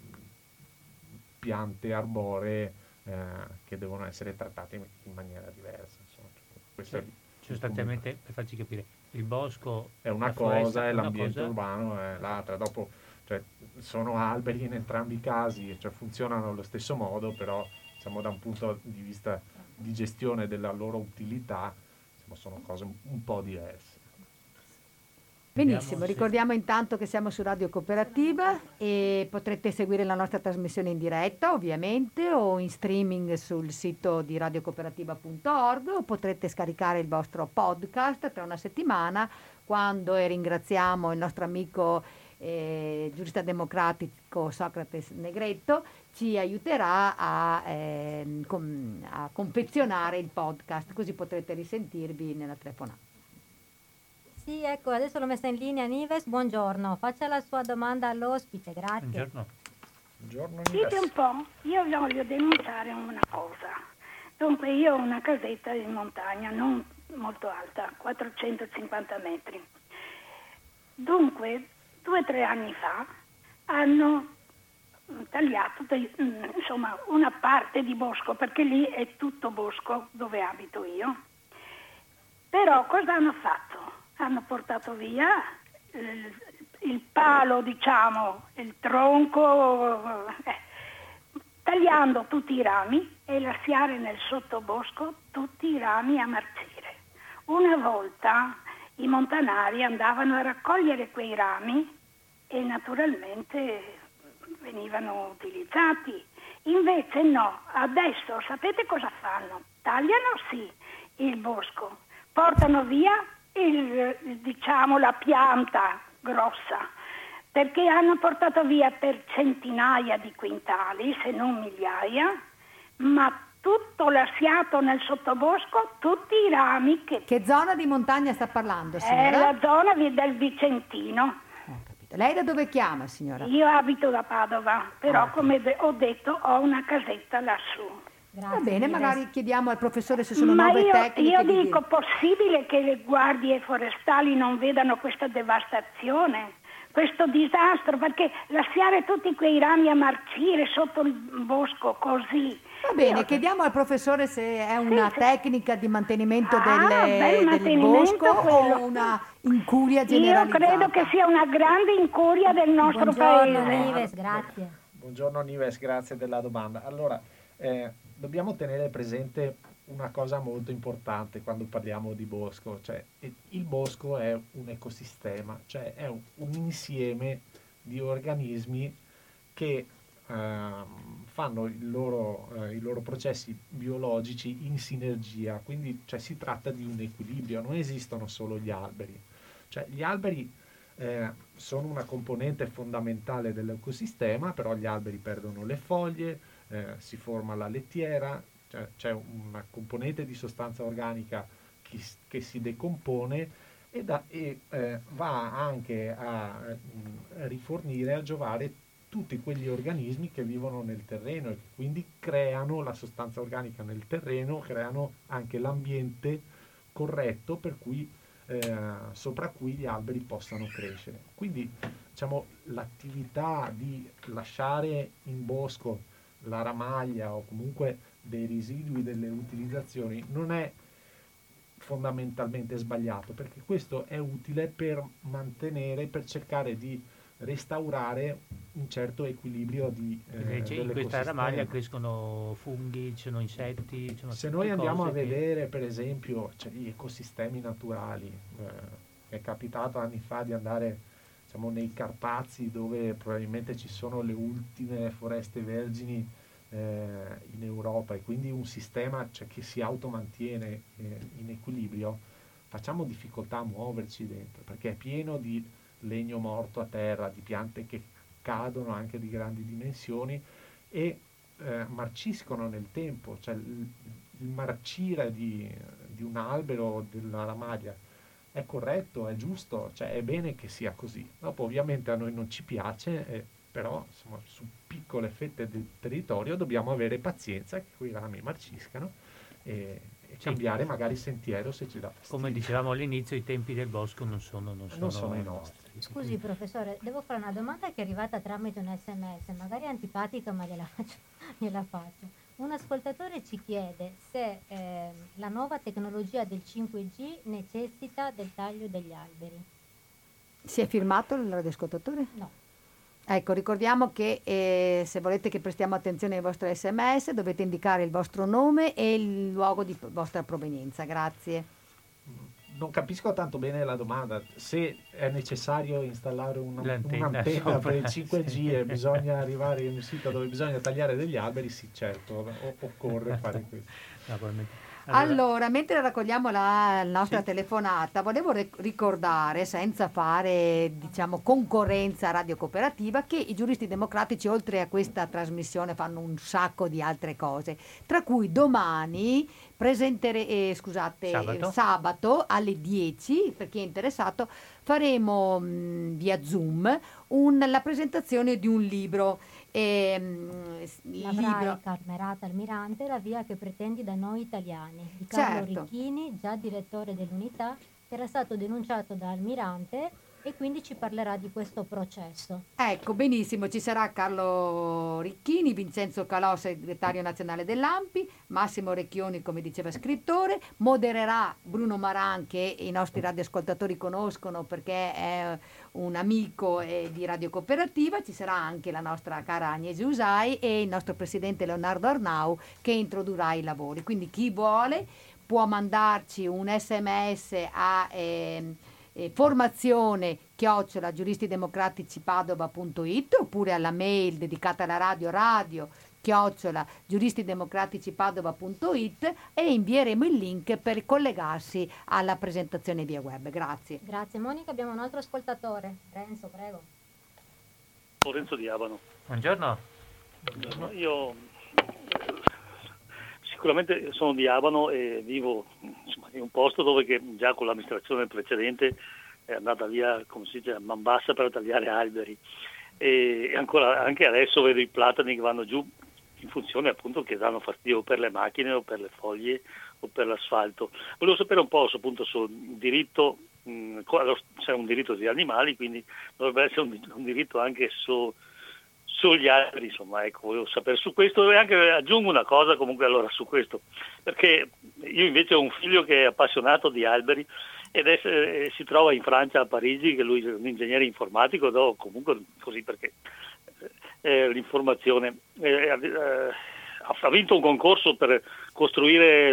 piante arboree eh, che devono essere trattate in, in maniera diversa. Insomma. Questo Cioè, è sostanzialmente, per farci capire, il bosco è una la foresta cosa è e una l'ambiente cosa, urbano è l'altra. Dopo, cioè, sono alberi in entrambi i casi, cioè funzionano allo stesso modo, però diciamo, da un punto di vista di gestione della loro utilità, diciamo, sono cose un, un po' diverse. Benissimo, vediamo se- ricordiamo intanto che siamo su Radio Cooperativa e potrete seguire la nostra trasmissione in diretta ovviamente o in streaming sul sito di radiocooperativa punto org o potrete scaricare il vostro podcast tra una settimana quando, e ringraziamo il nostro amico eh, giurista democratico Socrate Negretto, ci aiuterà a, ehm, com- a confezionare il podcast, così potrete risentirvi nella telefonata. Sì, ecco, adesso l'ho messa in linea Nives, buongiorno, faccia la sua domanda all'ospite, grazie. Buongiorno. Buongiorno Senti un Nives. po', io voglio denunciare una cosa. Dunque, io ho una casetta in montagna, non molto alta, quattrocentocinquanta metri. Dunque, due o tre anni fa hanno tagliato dei- insomma, una parte di bosco, perché lì è tutto bosco dove abito io. Però cosa hanno fatto? Hanno portato via il, il palo, diciamo, il tronco, eh, tagliando tutti i rami e lasciare nel sottobosco tutti i rami a marcire. Una volta i montanari andavano a raccogliere quei rami e naturalmente venivano utilizzati. Invece no, adesso sapete cosa fanno? Tagliano sì il bosco, portano via il, diciamo, la pianta grossa, perché hanno portato via per centinaia di quintali, se non migliaia, ma tutto lasciato nel sottobosco, tutti i rami che... Che zona di montagna sta parlando, È signora? la zona vi- del Vicentino. Ho capito. Lei da dove chiama, signora? Io abito da Padova, però Ah, come de- ho detto ho una casetta lassù. Grazie, Va bene, Nives. magari chiediamo al professore se sono Ma nuove io, tecniche. io di dico, dire- possibile che le guardie forestali non vedano questa devastazione, questo disastro, perché lasciare tutti quei rami a marcire sotto il bosco così. Va bene, Io- chiediamo al professore se è una sì. tecnica di mantenimento Ah, delle- bel del mantenimento bosco quello. o una incuria Io generalizzata. credo che sia una grande incuria del nostro Buongiorno paese. Nives, grazie. Buongiorno Nives, grazie della domanda. Allora, eh, dobbiamo tenere presente una cosa molto importante quando parliamo di bosco, cioè il il bosco è un ecosistema, cioè è un, un insieme di organismi che ehm, fanno il loro, eh, i loro processi biologici in sinergia, quindi cioè, si tratta di un equilibrio, non esistono solo gli alberi. Cioè, gli alberi eh, sono una componente fondamentale dell'ecosistema, però gli alberi perdono le foglie, eh, si forma la lettiera, cioè, c'è una componente di sostanza organica che, s- che si decompone e, da- e, eh, va anche a eh, mh, rifornire, a giovare tutti quegli organismi che vivono nel terreno e che quindi creano la sostanza organica nel terreno, creano anche l'ambiente corretto per cui, eh, sopra cui gli alberi possano crescere. Quindi diciamo, l'attività di lasciare in bosco la ramaglia o comunque dei residui delle utilizzazioni non è fondamentalmente sbagliato, perché questo è utile per mantenere, per cercare di restaurare un certo equilibrio di, eh, Invece in questa dell'ecosistema. ramaglia crescono funghi, ci sono insetti, ci sono Se tutte noi andiamo a cose che- vedere per esempio cioè, gli ecosistemi naturali, eh, è capitato anni fa di andare, diciamo, nei Carpazi, dove probabilmente ci sono le ultime foreste vergini eh, in Europa, e quindi un sistema, cioè, che si automantiene eh, in equilibrio. Facciamo difficoltà a muoverci dentro, perché è pieno di legno morto a terra, di piante che cadono anche di grandi dimensioni e eh, marciscono nel tempo, cioè il, il marcire di, di un albero, della ramaglia, è corretto, è giusto, cioè è bene che sia così. Dopo ovviamente a noi non ci piace, eh, però insomma, su piccole fette del territorio dobbiamo avere pazienza che quei rami marciscano e, e Sì. cambiare magari sentiero se ci dà fastidio. Come dicevamo all'inizio, i tempi del bosco non sono, non sono, Non sono i nostri. Scusi professore, devo fare una domanda che è arrivata tramite un sms, magari è antipatica ma gliela faccio. gliela faccio. Un ascoltatore ci chiede se eh, la nuova tecnologia del cinque G necessita del taglio degli alberi. Si è firmato il radioascoltatore? No. Ecco, ricordiamo che eh, se volete che prestiamo attenzione ai vostri sms dovete indicare il vostro nome e il luogo di p- vostra provenienza. Grazie. Non capisco tanto bene la domanda. Se è necessario installare una, L'antenna un'antenna sopra, per il cinque G sì. e bisogna arrivare in un sito dove bisogna tagliare degli alberi, sì, certo, o- occorre fare questo. Naturalmente. Allora, mentre raccogliamo la nostra Sì. telefonata, volevo re- ricordare, senza fare, diciamo, concorrenza radio cooperativa, che i giuristi democratici, oltre a questa trasmissione, fanno un sacco di altre cose, tra cui domani presentere, eh, scusate, Sabato. eh, sabato alle dieci, per chi è interessato, faremo mh, via Zoom un- la presentazione di un libro. ehm, s- il La libro Braille Carmerata Almirante, la via che pretendi da noi italiani, di Carlo Certo. Ricchini, già direttore dell'unità, che era stato denunciato da Almirante e quindi ci parlerà di questo processo. Ecco, benissimo, ci sarà Carlo Ricchini, Vincenzo Calò, segretario nazionale dell'A M P I, Massimo Recchioni, come diceva, scrittore, modererà Bruno Maran, che i nostri radioascoltatori conoscono perché è un amico eh, di Radio Cooperativa, ci sarà anche la nostra cara Agnese Usai e il nostro presidente Leonardo Arnau che introdurrà i lavori. Quindi chi vuole può mandarci un sms a... ehm, eh, formazione chiocciola giuristidemocraticipadova.it oppure alla mail dedicata alla radio radio chiocciola giuristidemocraticipadova.it e invieremo il link per collegarsi alla presentazione via web. Grazie. Grazie Monica, abbiamo un altro ascoltatore. Renzo, prego. Lorenzo di Abano. Buongiorno. Io eh, sicuramente sono di Abano e vivo, insomma, in un posto dove che già con l'amministrazione precedente è andata via, come si dice, a man bassa per tagliare alberi e ancora anche adesso vedo i platani che vanno giù in funzione appunto che danno fastidio per le macchine o per le foglie o per l'asfalto. Volevo sapere un po' appunto sul diritto, mh, c'è un diritto degli animali, quindi dovrebbe essere un, un diritto anche su sugli alberi, insomma, ecco, volevo sapere su questo e anche aggiungo una cosa comunque allora su questo, perché io invece ho un figlio che è appassionato di alberi ed è, eh, si trova in Francia, a Parigi, che lui è un ingegnere informatico, no, comunque così perché eh, l'informazione eh, eh, ha vinto un concorso per costruire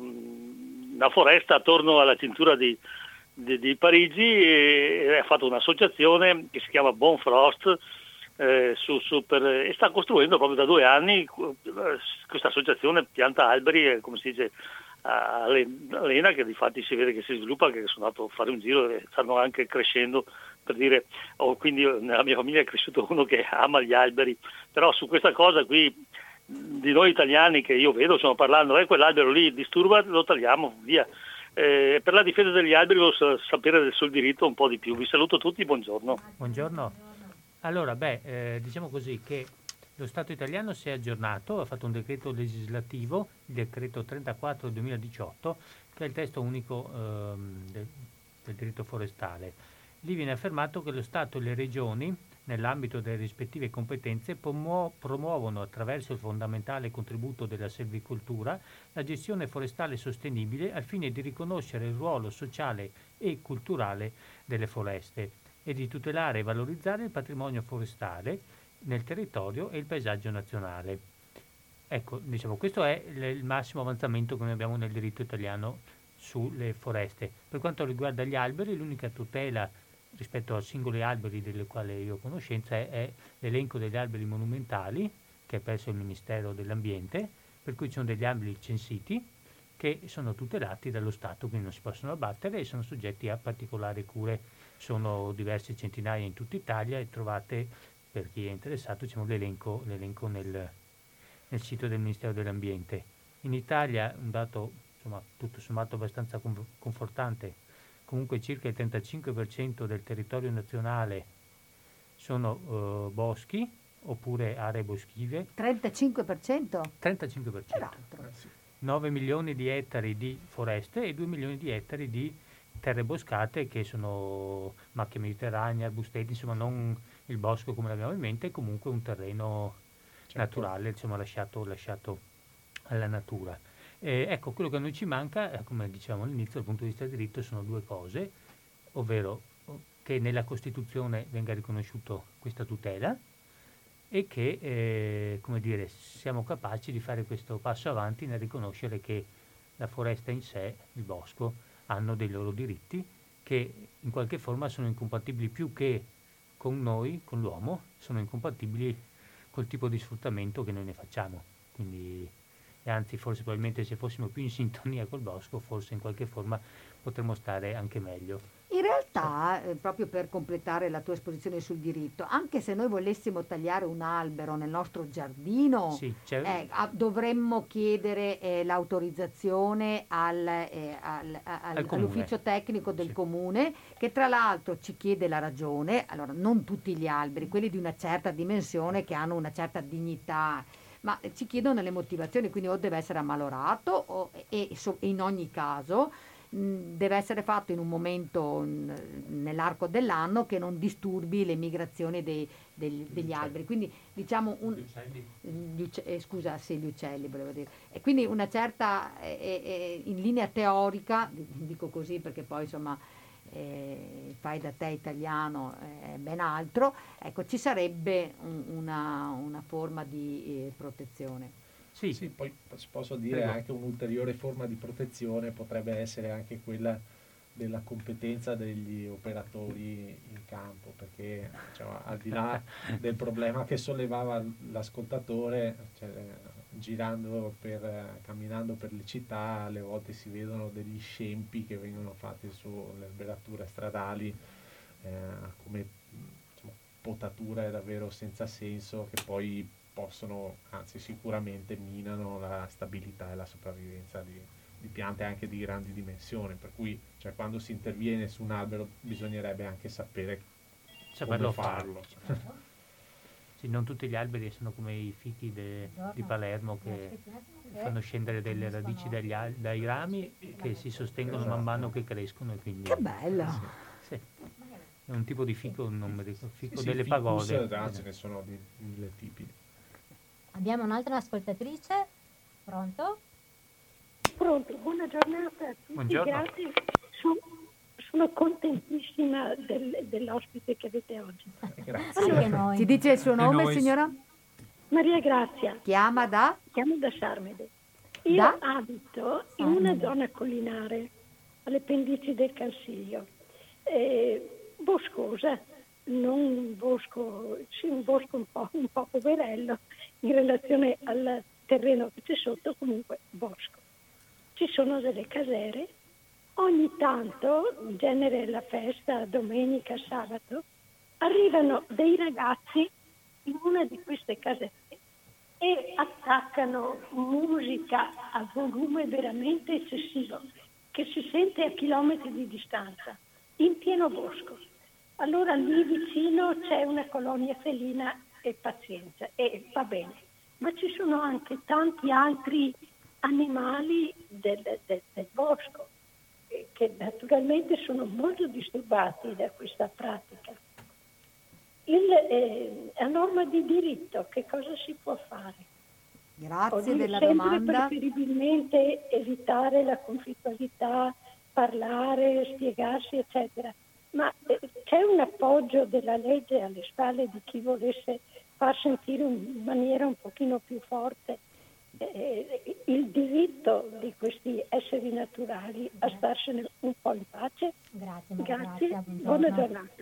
il, una foresta attorno alla cintura di, di, di Parigi e, e ha fatto un'associazione che si chiama Bonfrost. Eh, su, su per, e sta costruendo proprio da due anni questa associazione pianta alberi, eh, come si dice a Lena, che di fatti si vede che si sviluppa, che sono andato a fare un giro e stanno anche crescendo, per dire, oh, quindi nella mia famiglia è cresciuto uno che ama gli alberi, però su questa cosa qui di noi italiani che io vedo stiamo parlando, eh, quell'albero lì disturba, lo tagliamo via. Eh, per la difesa degli alberi volevo sapere del suo diritto un po' di più. Vi saluto tutti, buongiorno. Buongiorno. Allora, beh, eh, diciamo così che lo Stato italiano si è aggiornato, ha fatto un decreto legislativo, il decreto trentaquattro duemiladiciotto, che è il testo unico ehm, del, del diritto forestale. Lì viene affermato che lo Stato e le regioni, nell'ambito delle rispettive competenze, promuo- promuovono attraverso il fondamentale contributo della selvicoltura la gestione forestale sostenibile al fine di riconoscere il ruolo sociale e culturale delle foreste e di tutelare e valorizzare il patrimonio forestale nel territorio e il paesaggio nazionale. Ecco, diciamo, questo è il massimo avanzamento che noi abbiamo nel diritto italiano sulle foreste. Per quanto riguarda gli alberi, l'unica tutela rispetto a singoli alberi delle quali io ho conoscenza è, è l'elenco degli alberi monumentali che è presso il Ministero dell'Ambiente, per cui ci sono degli alberi censiti che sono tutelati dallo Stato, quindi non si possono abbattere e sono soggetti a particolari cure. Sono diverse centinaia in tutta Italia e trovate, per chi è interessato, diciamo, l'elenco, l'elenco nel, nel sito del Ministero dell'Ambiente. In Italia un dato, insomma, tutto sommato abbastanza confortante, comunque circa il trentacinque per cento del territorio nazionale sono uh, boschi oppure aree boschive. trentacinque per cento? trentacinque per cento. nove milioni di ettari di foreste e due milioni di ettari di terre boscate che sono macchie mediterranee, arbusteti, insomma non il bosco come l'abbiamo in mente, comunque un terreno certo. naturale, insomma lasciato, lasciato alla natura. Eh, ecco, quello che a noi ci manca, eh, come dicevamo all'inizio, dal punto di vista del diritto, sono due cose, ovvero che nella Costituzione venga riconosciuto questa tutela e che, eh, come dire, siamo capaci di fare questo passo avanti nel riconoscere che la foresta in sé, il bosco, hanno dei loro diritti che in qualche forma sono incompatibili più che con noi, con l'uomo, sono incompatibili col tipo di sfruttamento che noi ne facciamo. Quindi, e anzi, forse probabilmente se fossimo più in sintonia col bosco, forse in qualche forma potremmo stare anche meglio. In realtà, eh, proprio per completare la tua esposizione sul diritto, anche se noi volessimo tagliare un albero nel nostro giardino, sì, eh, a, dovremmo chiedere eh, l'autorizzazione al, eh, al, al, al all'ufficio tecnico del sì. comune, che tra l'altro ci chiede la ragione. Allora, non tutti gli alberi, quelli di una certa dimensione che hanno una certa dignità, ma ci chiedono le motivazioni, quindi o deve essere ammalorato o, e, e in ogni caso deve essere fatto in un momento nell'arco dell'anno che non disturbi le migrazioni dei, degli, degli alberi, quindi diciamo un, gli uccelli, gli uccelli eh, scusa sì gli uccelli volevo dire, e quindi una certa eh, eh, in linea teorica, dico così perché poi insomma eh, fai da te italiano è eh, ben altro, ecco ci sarebbe un, una, una forma di eh, protezione. Sì. sì, poi posso dire Prego. Anche un'ulteriore forma di protezione potrebbe essere anche quella della competenza degli operatori in campo, perché diciamo, al di là del problema che sollevava l'ascoltatore, cioè, girando per, camminando per le città, alle volte si vedono degli scempi che vengono fatti sulle alberature stradali, eh, come insomma, potature davvero senza senso che poi possono, anzi sicuramente minano la stabilità e la sopravvivenza di, di piante anche di grandi dimensioni, per cui cioè, quando si interviene su un albero bisognerebbe anche sapere saperlo come farlo. farlo. Sì, non tutti gli alberi sono come i fichi de, di Palermo che fanno scendere delle radici dagli al, dai rami che si sostengono esatto. man mano che crescono. E quindi, che bello! Sì, sì. È un tipo di fico, non mi ricordo, fico sì, delle sì, pagode. Ficus, ce ne sono di mille tipi. Abbiamo un'altra ascoltatrice, pronto? Pronto, buona giornata a tutti, Buongiorno. grazie. Sono, sono contentissima del, dell'ospite che avete oggi. Grazie. Allora, anche noi. Ci dice il suo nome, noi. signora? Maria Grazia. Chiama da? Chiamo da Sarmede. Io Da? abito in una zona collinare, alle pendici del Cansiglio, eh, boscosa, non un bosco, sì, un bosco un po', un po' poverello in relazione al terreno che c'è sotto, comunque bosco. Ci sono delle casere, ogni tanto, in genere la festa, domenica, sabato, arrivano dei ragazzi in una di queste casette e attaccano musica a volume veramente eccessivo, che si sente a chilometri di distanza, in pieno bosco. Allora lì vicino c'è una colonia felina e pazienza, e va bene. Ma ci sono anche tanti altri animali del, del, del bosco eh, che naturalmente sono molto disturbati da questa pratica. Il, eh, a norma di diritto che cosa si può fare? Grazie Oggi della sempre domanda. preferibilmente evitare la conflittualità, parlare, spiegarsi, eccetera. Ma eh, c'è un appoggio della legge alle spalle di chi volesse far sentire in maniera un pochino più forte eh, il diritto di questi esseri naturali a starsene un po' in pace. Grazie, Grazie, Margrazia, buona giornata.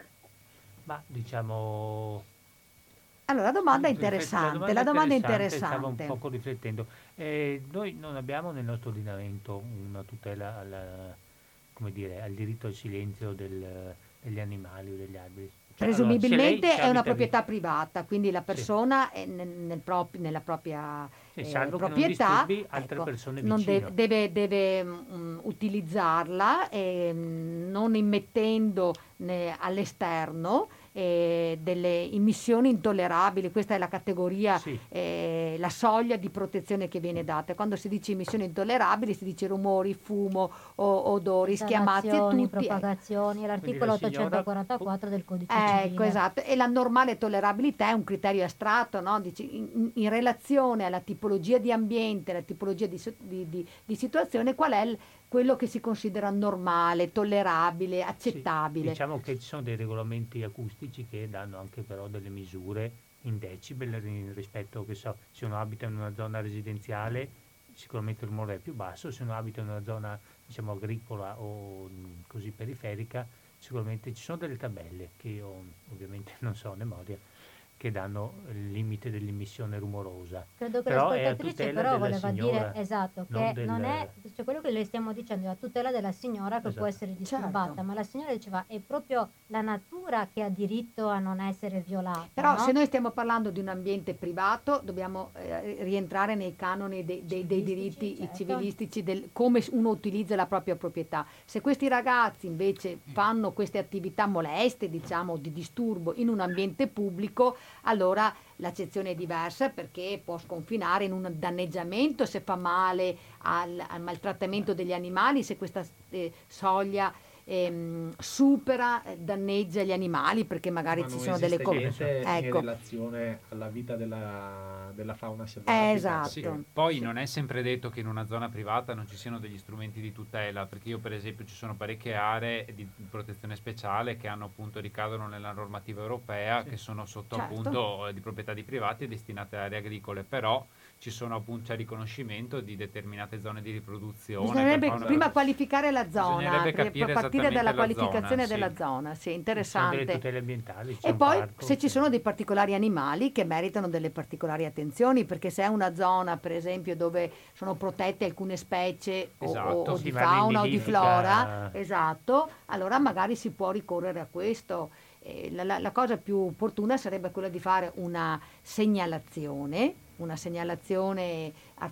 Ma diciamo... Allora, la domanda è Riflet- interessante, la domanda è Stavo un interessante. poco riflettendo. Eh, noi non abbiamo nel nostro ordinamento una tutela al, come dire, al diritto al silenzio del- degli animali o degli alberi. Cioè, allora, se lei Presumibilmente ci è una abita proprietà vi- privata, quindi la persona è nel- nel prop- nella propria Sì, eh, salvo che non proprietà, disturbi altre ecco, persone non vicino. de- deve, deve, mm, utilizzarla eh, mm, non immettendo né all'esterno eh, delle emissioni intollerabili. Questa è la categoria, Sì. eh, la soglia di protezione che viene data. Quando si dice emissioni intollerabili si dice rumori, fumo, o- odori, schiamazzi e Esalazioni, tutti. ecco. propagazioni, l'articolo Quindi la signora- ottocentoquarantaquattro del codice Ecco, civile. esatto. E la normale tollerabilità è un criterio astratto, no? Dici, in, in relazione alla tipologia di ambiente, alla tipologia di, si- di- di- di situazione, qual è il- quello che si considera normale, tollerabile, Sì, accettabile. diciamo che ci sono dei regolamenti acustici che danno anche però delle misure in decibel ri- rispetto, che so, se uno abita in una zona residenziale sicuramente il rumore è più basso, se uno abita in una zona diciamo agricola o mh, così periferica sicuramente ci sono delle tabelle che io ovviamente non so a memoria che danno il limite dell'emissione rumorosa. Credo che Però è a l'ascoltatrice tutela però della voleva signora, dire esatto, non che del- non è, cioè quello che le stiamo dicendo è la tutela della signora che può Esatto. essere disturbata, Certo. ma la signora diceva è proprio la natura che ha diritto a non essere violata. Però no? se noi stiamo parlando di un ambiente privato, dobbiamo eh, rientrare nei canoni dei, dei- dei Civilistici, diritti certo. civilistici, del come uno utilizza la propria proprietà. Se questi ragazzi invece fanno queste attività moleste, diciamo, di disturbo in un ambiente pubblico, allora l'accezione è diversa perché può sconfinare in un danneggiamento se fa male al, al maltrattamento degli animali, se questa eh, soglia ehm, supera, eh, danneggia gli animali perché magari Ma ci non sono delle esiste cose. niente in Ecco. relazione alla vita della, della fauna selvatica. Esatto. Sì, perché- poi Sì. non è sempre detto che in una zona privata non ci siano degli strumenti di tutela, perché io per esempio ci sono parecchie aree di protezione speciale che hanno appunto ricadono nella normativa europea, Sì. che sono sotto Certo. appunto eh, di proprietà di privati e destinate a aree agricole, però ci sono appunto c'è riconoscimento di determinate zone di riproduzione. Bisognerebbe per fauna- prima qualificare la zona, Bisognerebbe per- capire per partire esattamente dalla la qualificazione zona, della sì. zona, sì, Ci sono delle interessante. tutele ambientali, c'è E un poi parco, se ci c'è- sono dei particolari animali che meritano delle particolari attenzioni, perché se è una zona, per esempio, dove sono protette alcune specie o- Esatto. o, o Sì, di ma fauna o di nidifica- flora, esatto, allora magari si può ricorrere a questo. Eh, La, la- la cosa più opportuna sarebbe quella di fare una segnalazione, una segnalazione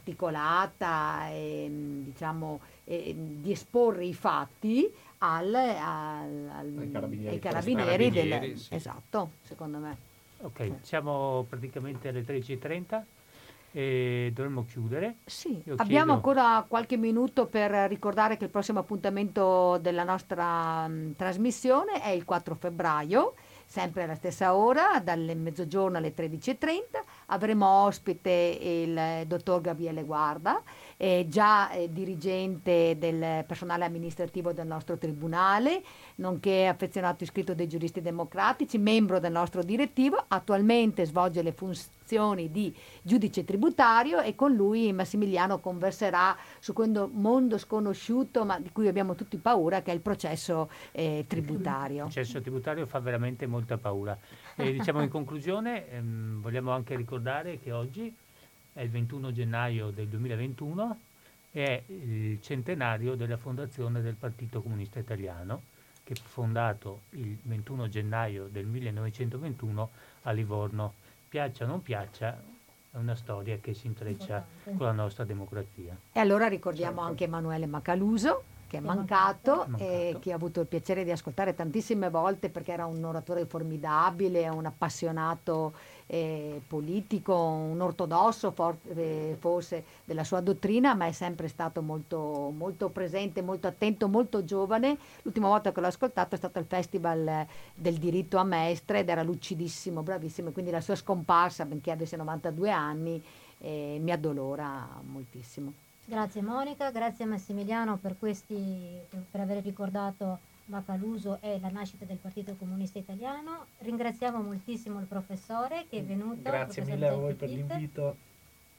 articolata, e, diciamo, e, di esporre i fatti al, al- al- Ai carabinieri ai carabinieri del- Carabinieri, sì. esatto, secondo me. Ok, siamo praticamente alle tredici e trenta e dovremmo chiudere. Sì, Io abbiamo chiedo- ancora qualche minuto per ricordare che il prossimo appuntamento della nostra mh, trasmissione è il quattro febbraio, sempre alla stessa ora, dal mezzogiorno alle tredici e trenta. Avremo ospite il eh, dottor Gabriele Guarda, eh, già eh, dirigente del personale amministrativo del nostro tribunale, nonché affezionato iscritto dei giuristi democratici, membro del nostro direttivo, attualmente svolge le funzioni di giudice tributario e con lui Massimiliano converserà su questo mondo sconosciuto ma di cui abbiamo tutti paura, che è il processo eh, tributario. Il processo tributario fa veramente molta paura. E diciamo in conclusione, ehm, vogliamo anche ricordare che oggi è il ventuno gennaio del duemilaventuno e è il centenario della fondazione del Partito Comunista Italiano, che fu fondato il ventuno gennaio del millenovecentoventuno a Livorno. Piaccia o non piaccia, è una storia che si intreccia Importante. con la nostra democrazia. E allora ricordiamo Certo. anche Emanuele Macaluso, che è Che è mancato mancato. e Mancato. che ho avuto il piacere di ascoltare tantissime volte perché era un oratore formidabile, un appassionato eh, politico, un ortodosso for- eh, forse della sua dottrina, ma è sempre stato molto, molto presente, molto attento, molto giovane. L'ultima volta che l'ho ascoltato è stato al Festival eh, del diritto a Mestre ed era lucidissimo, bravissimo, quindi la sua scomparsa, benché avesse novantadue anni, eh, mi addolora moltissimo. Grazie Monica, grazie Massimiliano per questi, per aver ricordato Macaluso e la nascita del Partito Comunista Italiano. Ringraziamo moltissimo il professore che è venuto. Grazie il professor mille a voi per Gianni Petit. l'invito.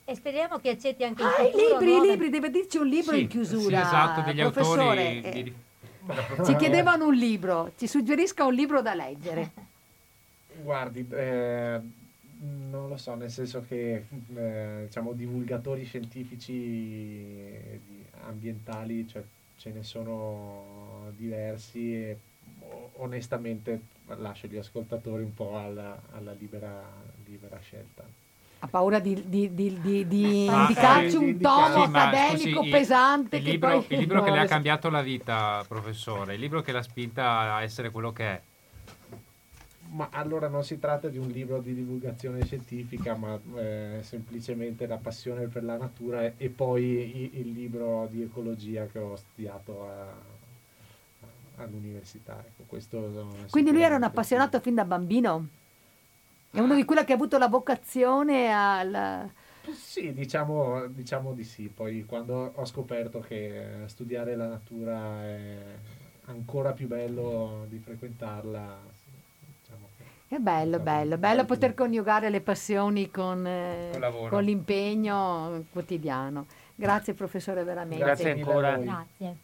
E speriamo che accetti anche in Ah, i futuro libri, i nuove- libri, deve dirci un libro Sì, in chiusura. sì, esatto, degli Professore, autori eh, di- ci chiedevano un libro, ci suggerisca un libro da leggere. Guardi, eh, non lo so, nel senso che eh, diciamo divulgatori scientifici di- ambientali, cioè, ce ne sono diversi e o- onestamente lascio gli ascoltatori un po' alla, alla libera, libera scelta. Ha paura di, di, di, di, di Ma- indicarci eh, di un tomo indicare- Sì, ma accademico scusi, il- pesante il che libro, poi... il libro che No, le ha adesso- cambiato la vita, professore, il libro che l'ha spinta a essere quello che è. Ma allora non si tratta di un libro di divulgazione scientifica, ma eh, semplicemente la passione per la natura e, e poi i- il libro di ecologia che ho studiato a- all'università. Ecco, questo Quindi lui era un sicuramente appassionato fin da bambino? È uno di quelli che ha avuto la vocazione al... Sì, diciamo, diciamo di sì. Poi quando ho scoperto che studiare la natura è ancora più bello di frequentarla, diciamo che È bello, è bello, stato- bello poter coniugare le passioni con, eh, Col lavoro. con l'impegno quotidiano. Grazie professore, veramente. Grazie mille a ancora. voi. Grazie.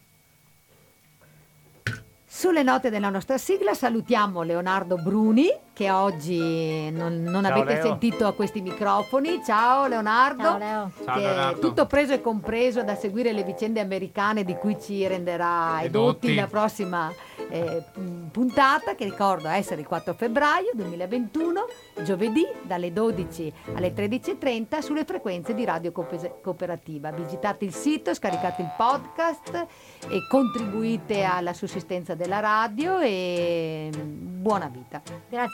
Sulle note della nostra sigla salutiamo Leonardo Bruni, che oggi non, non Ciao, avete Leo. sentito a questi microfoni. Ciao Leonardo. Ciao Leo. Ciao, Che è Leonardo. tutto preso e compreso da seguire le vicende americane di cui ci renderà edotti Edotti. la prossima eh, mh, puntata, che ricordo essere il quattro febbraio duemilaventuno, giovedì dalle dodici alle tredici e trenta sulle frequenze di Radio Cope- Cooperativa. Visitate il sito, scaricate il podcast e contribuite alla sussistenza della radio e mh, buona vita. Grazie.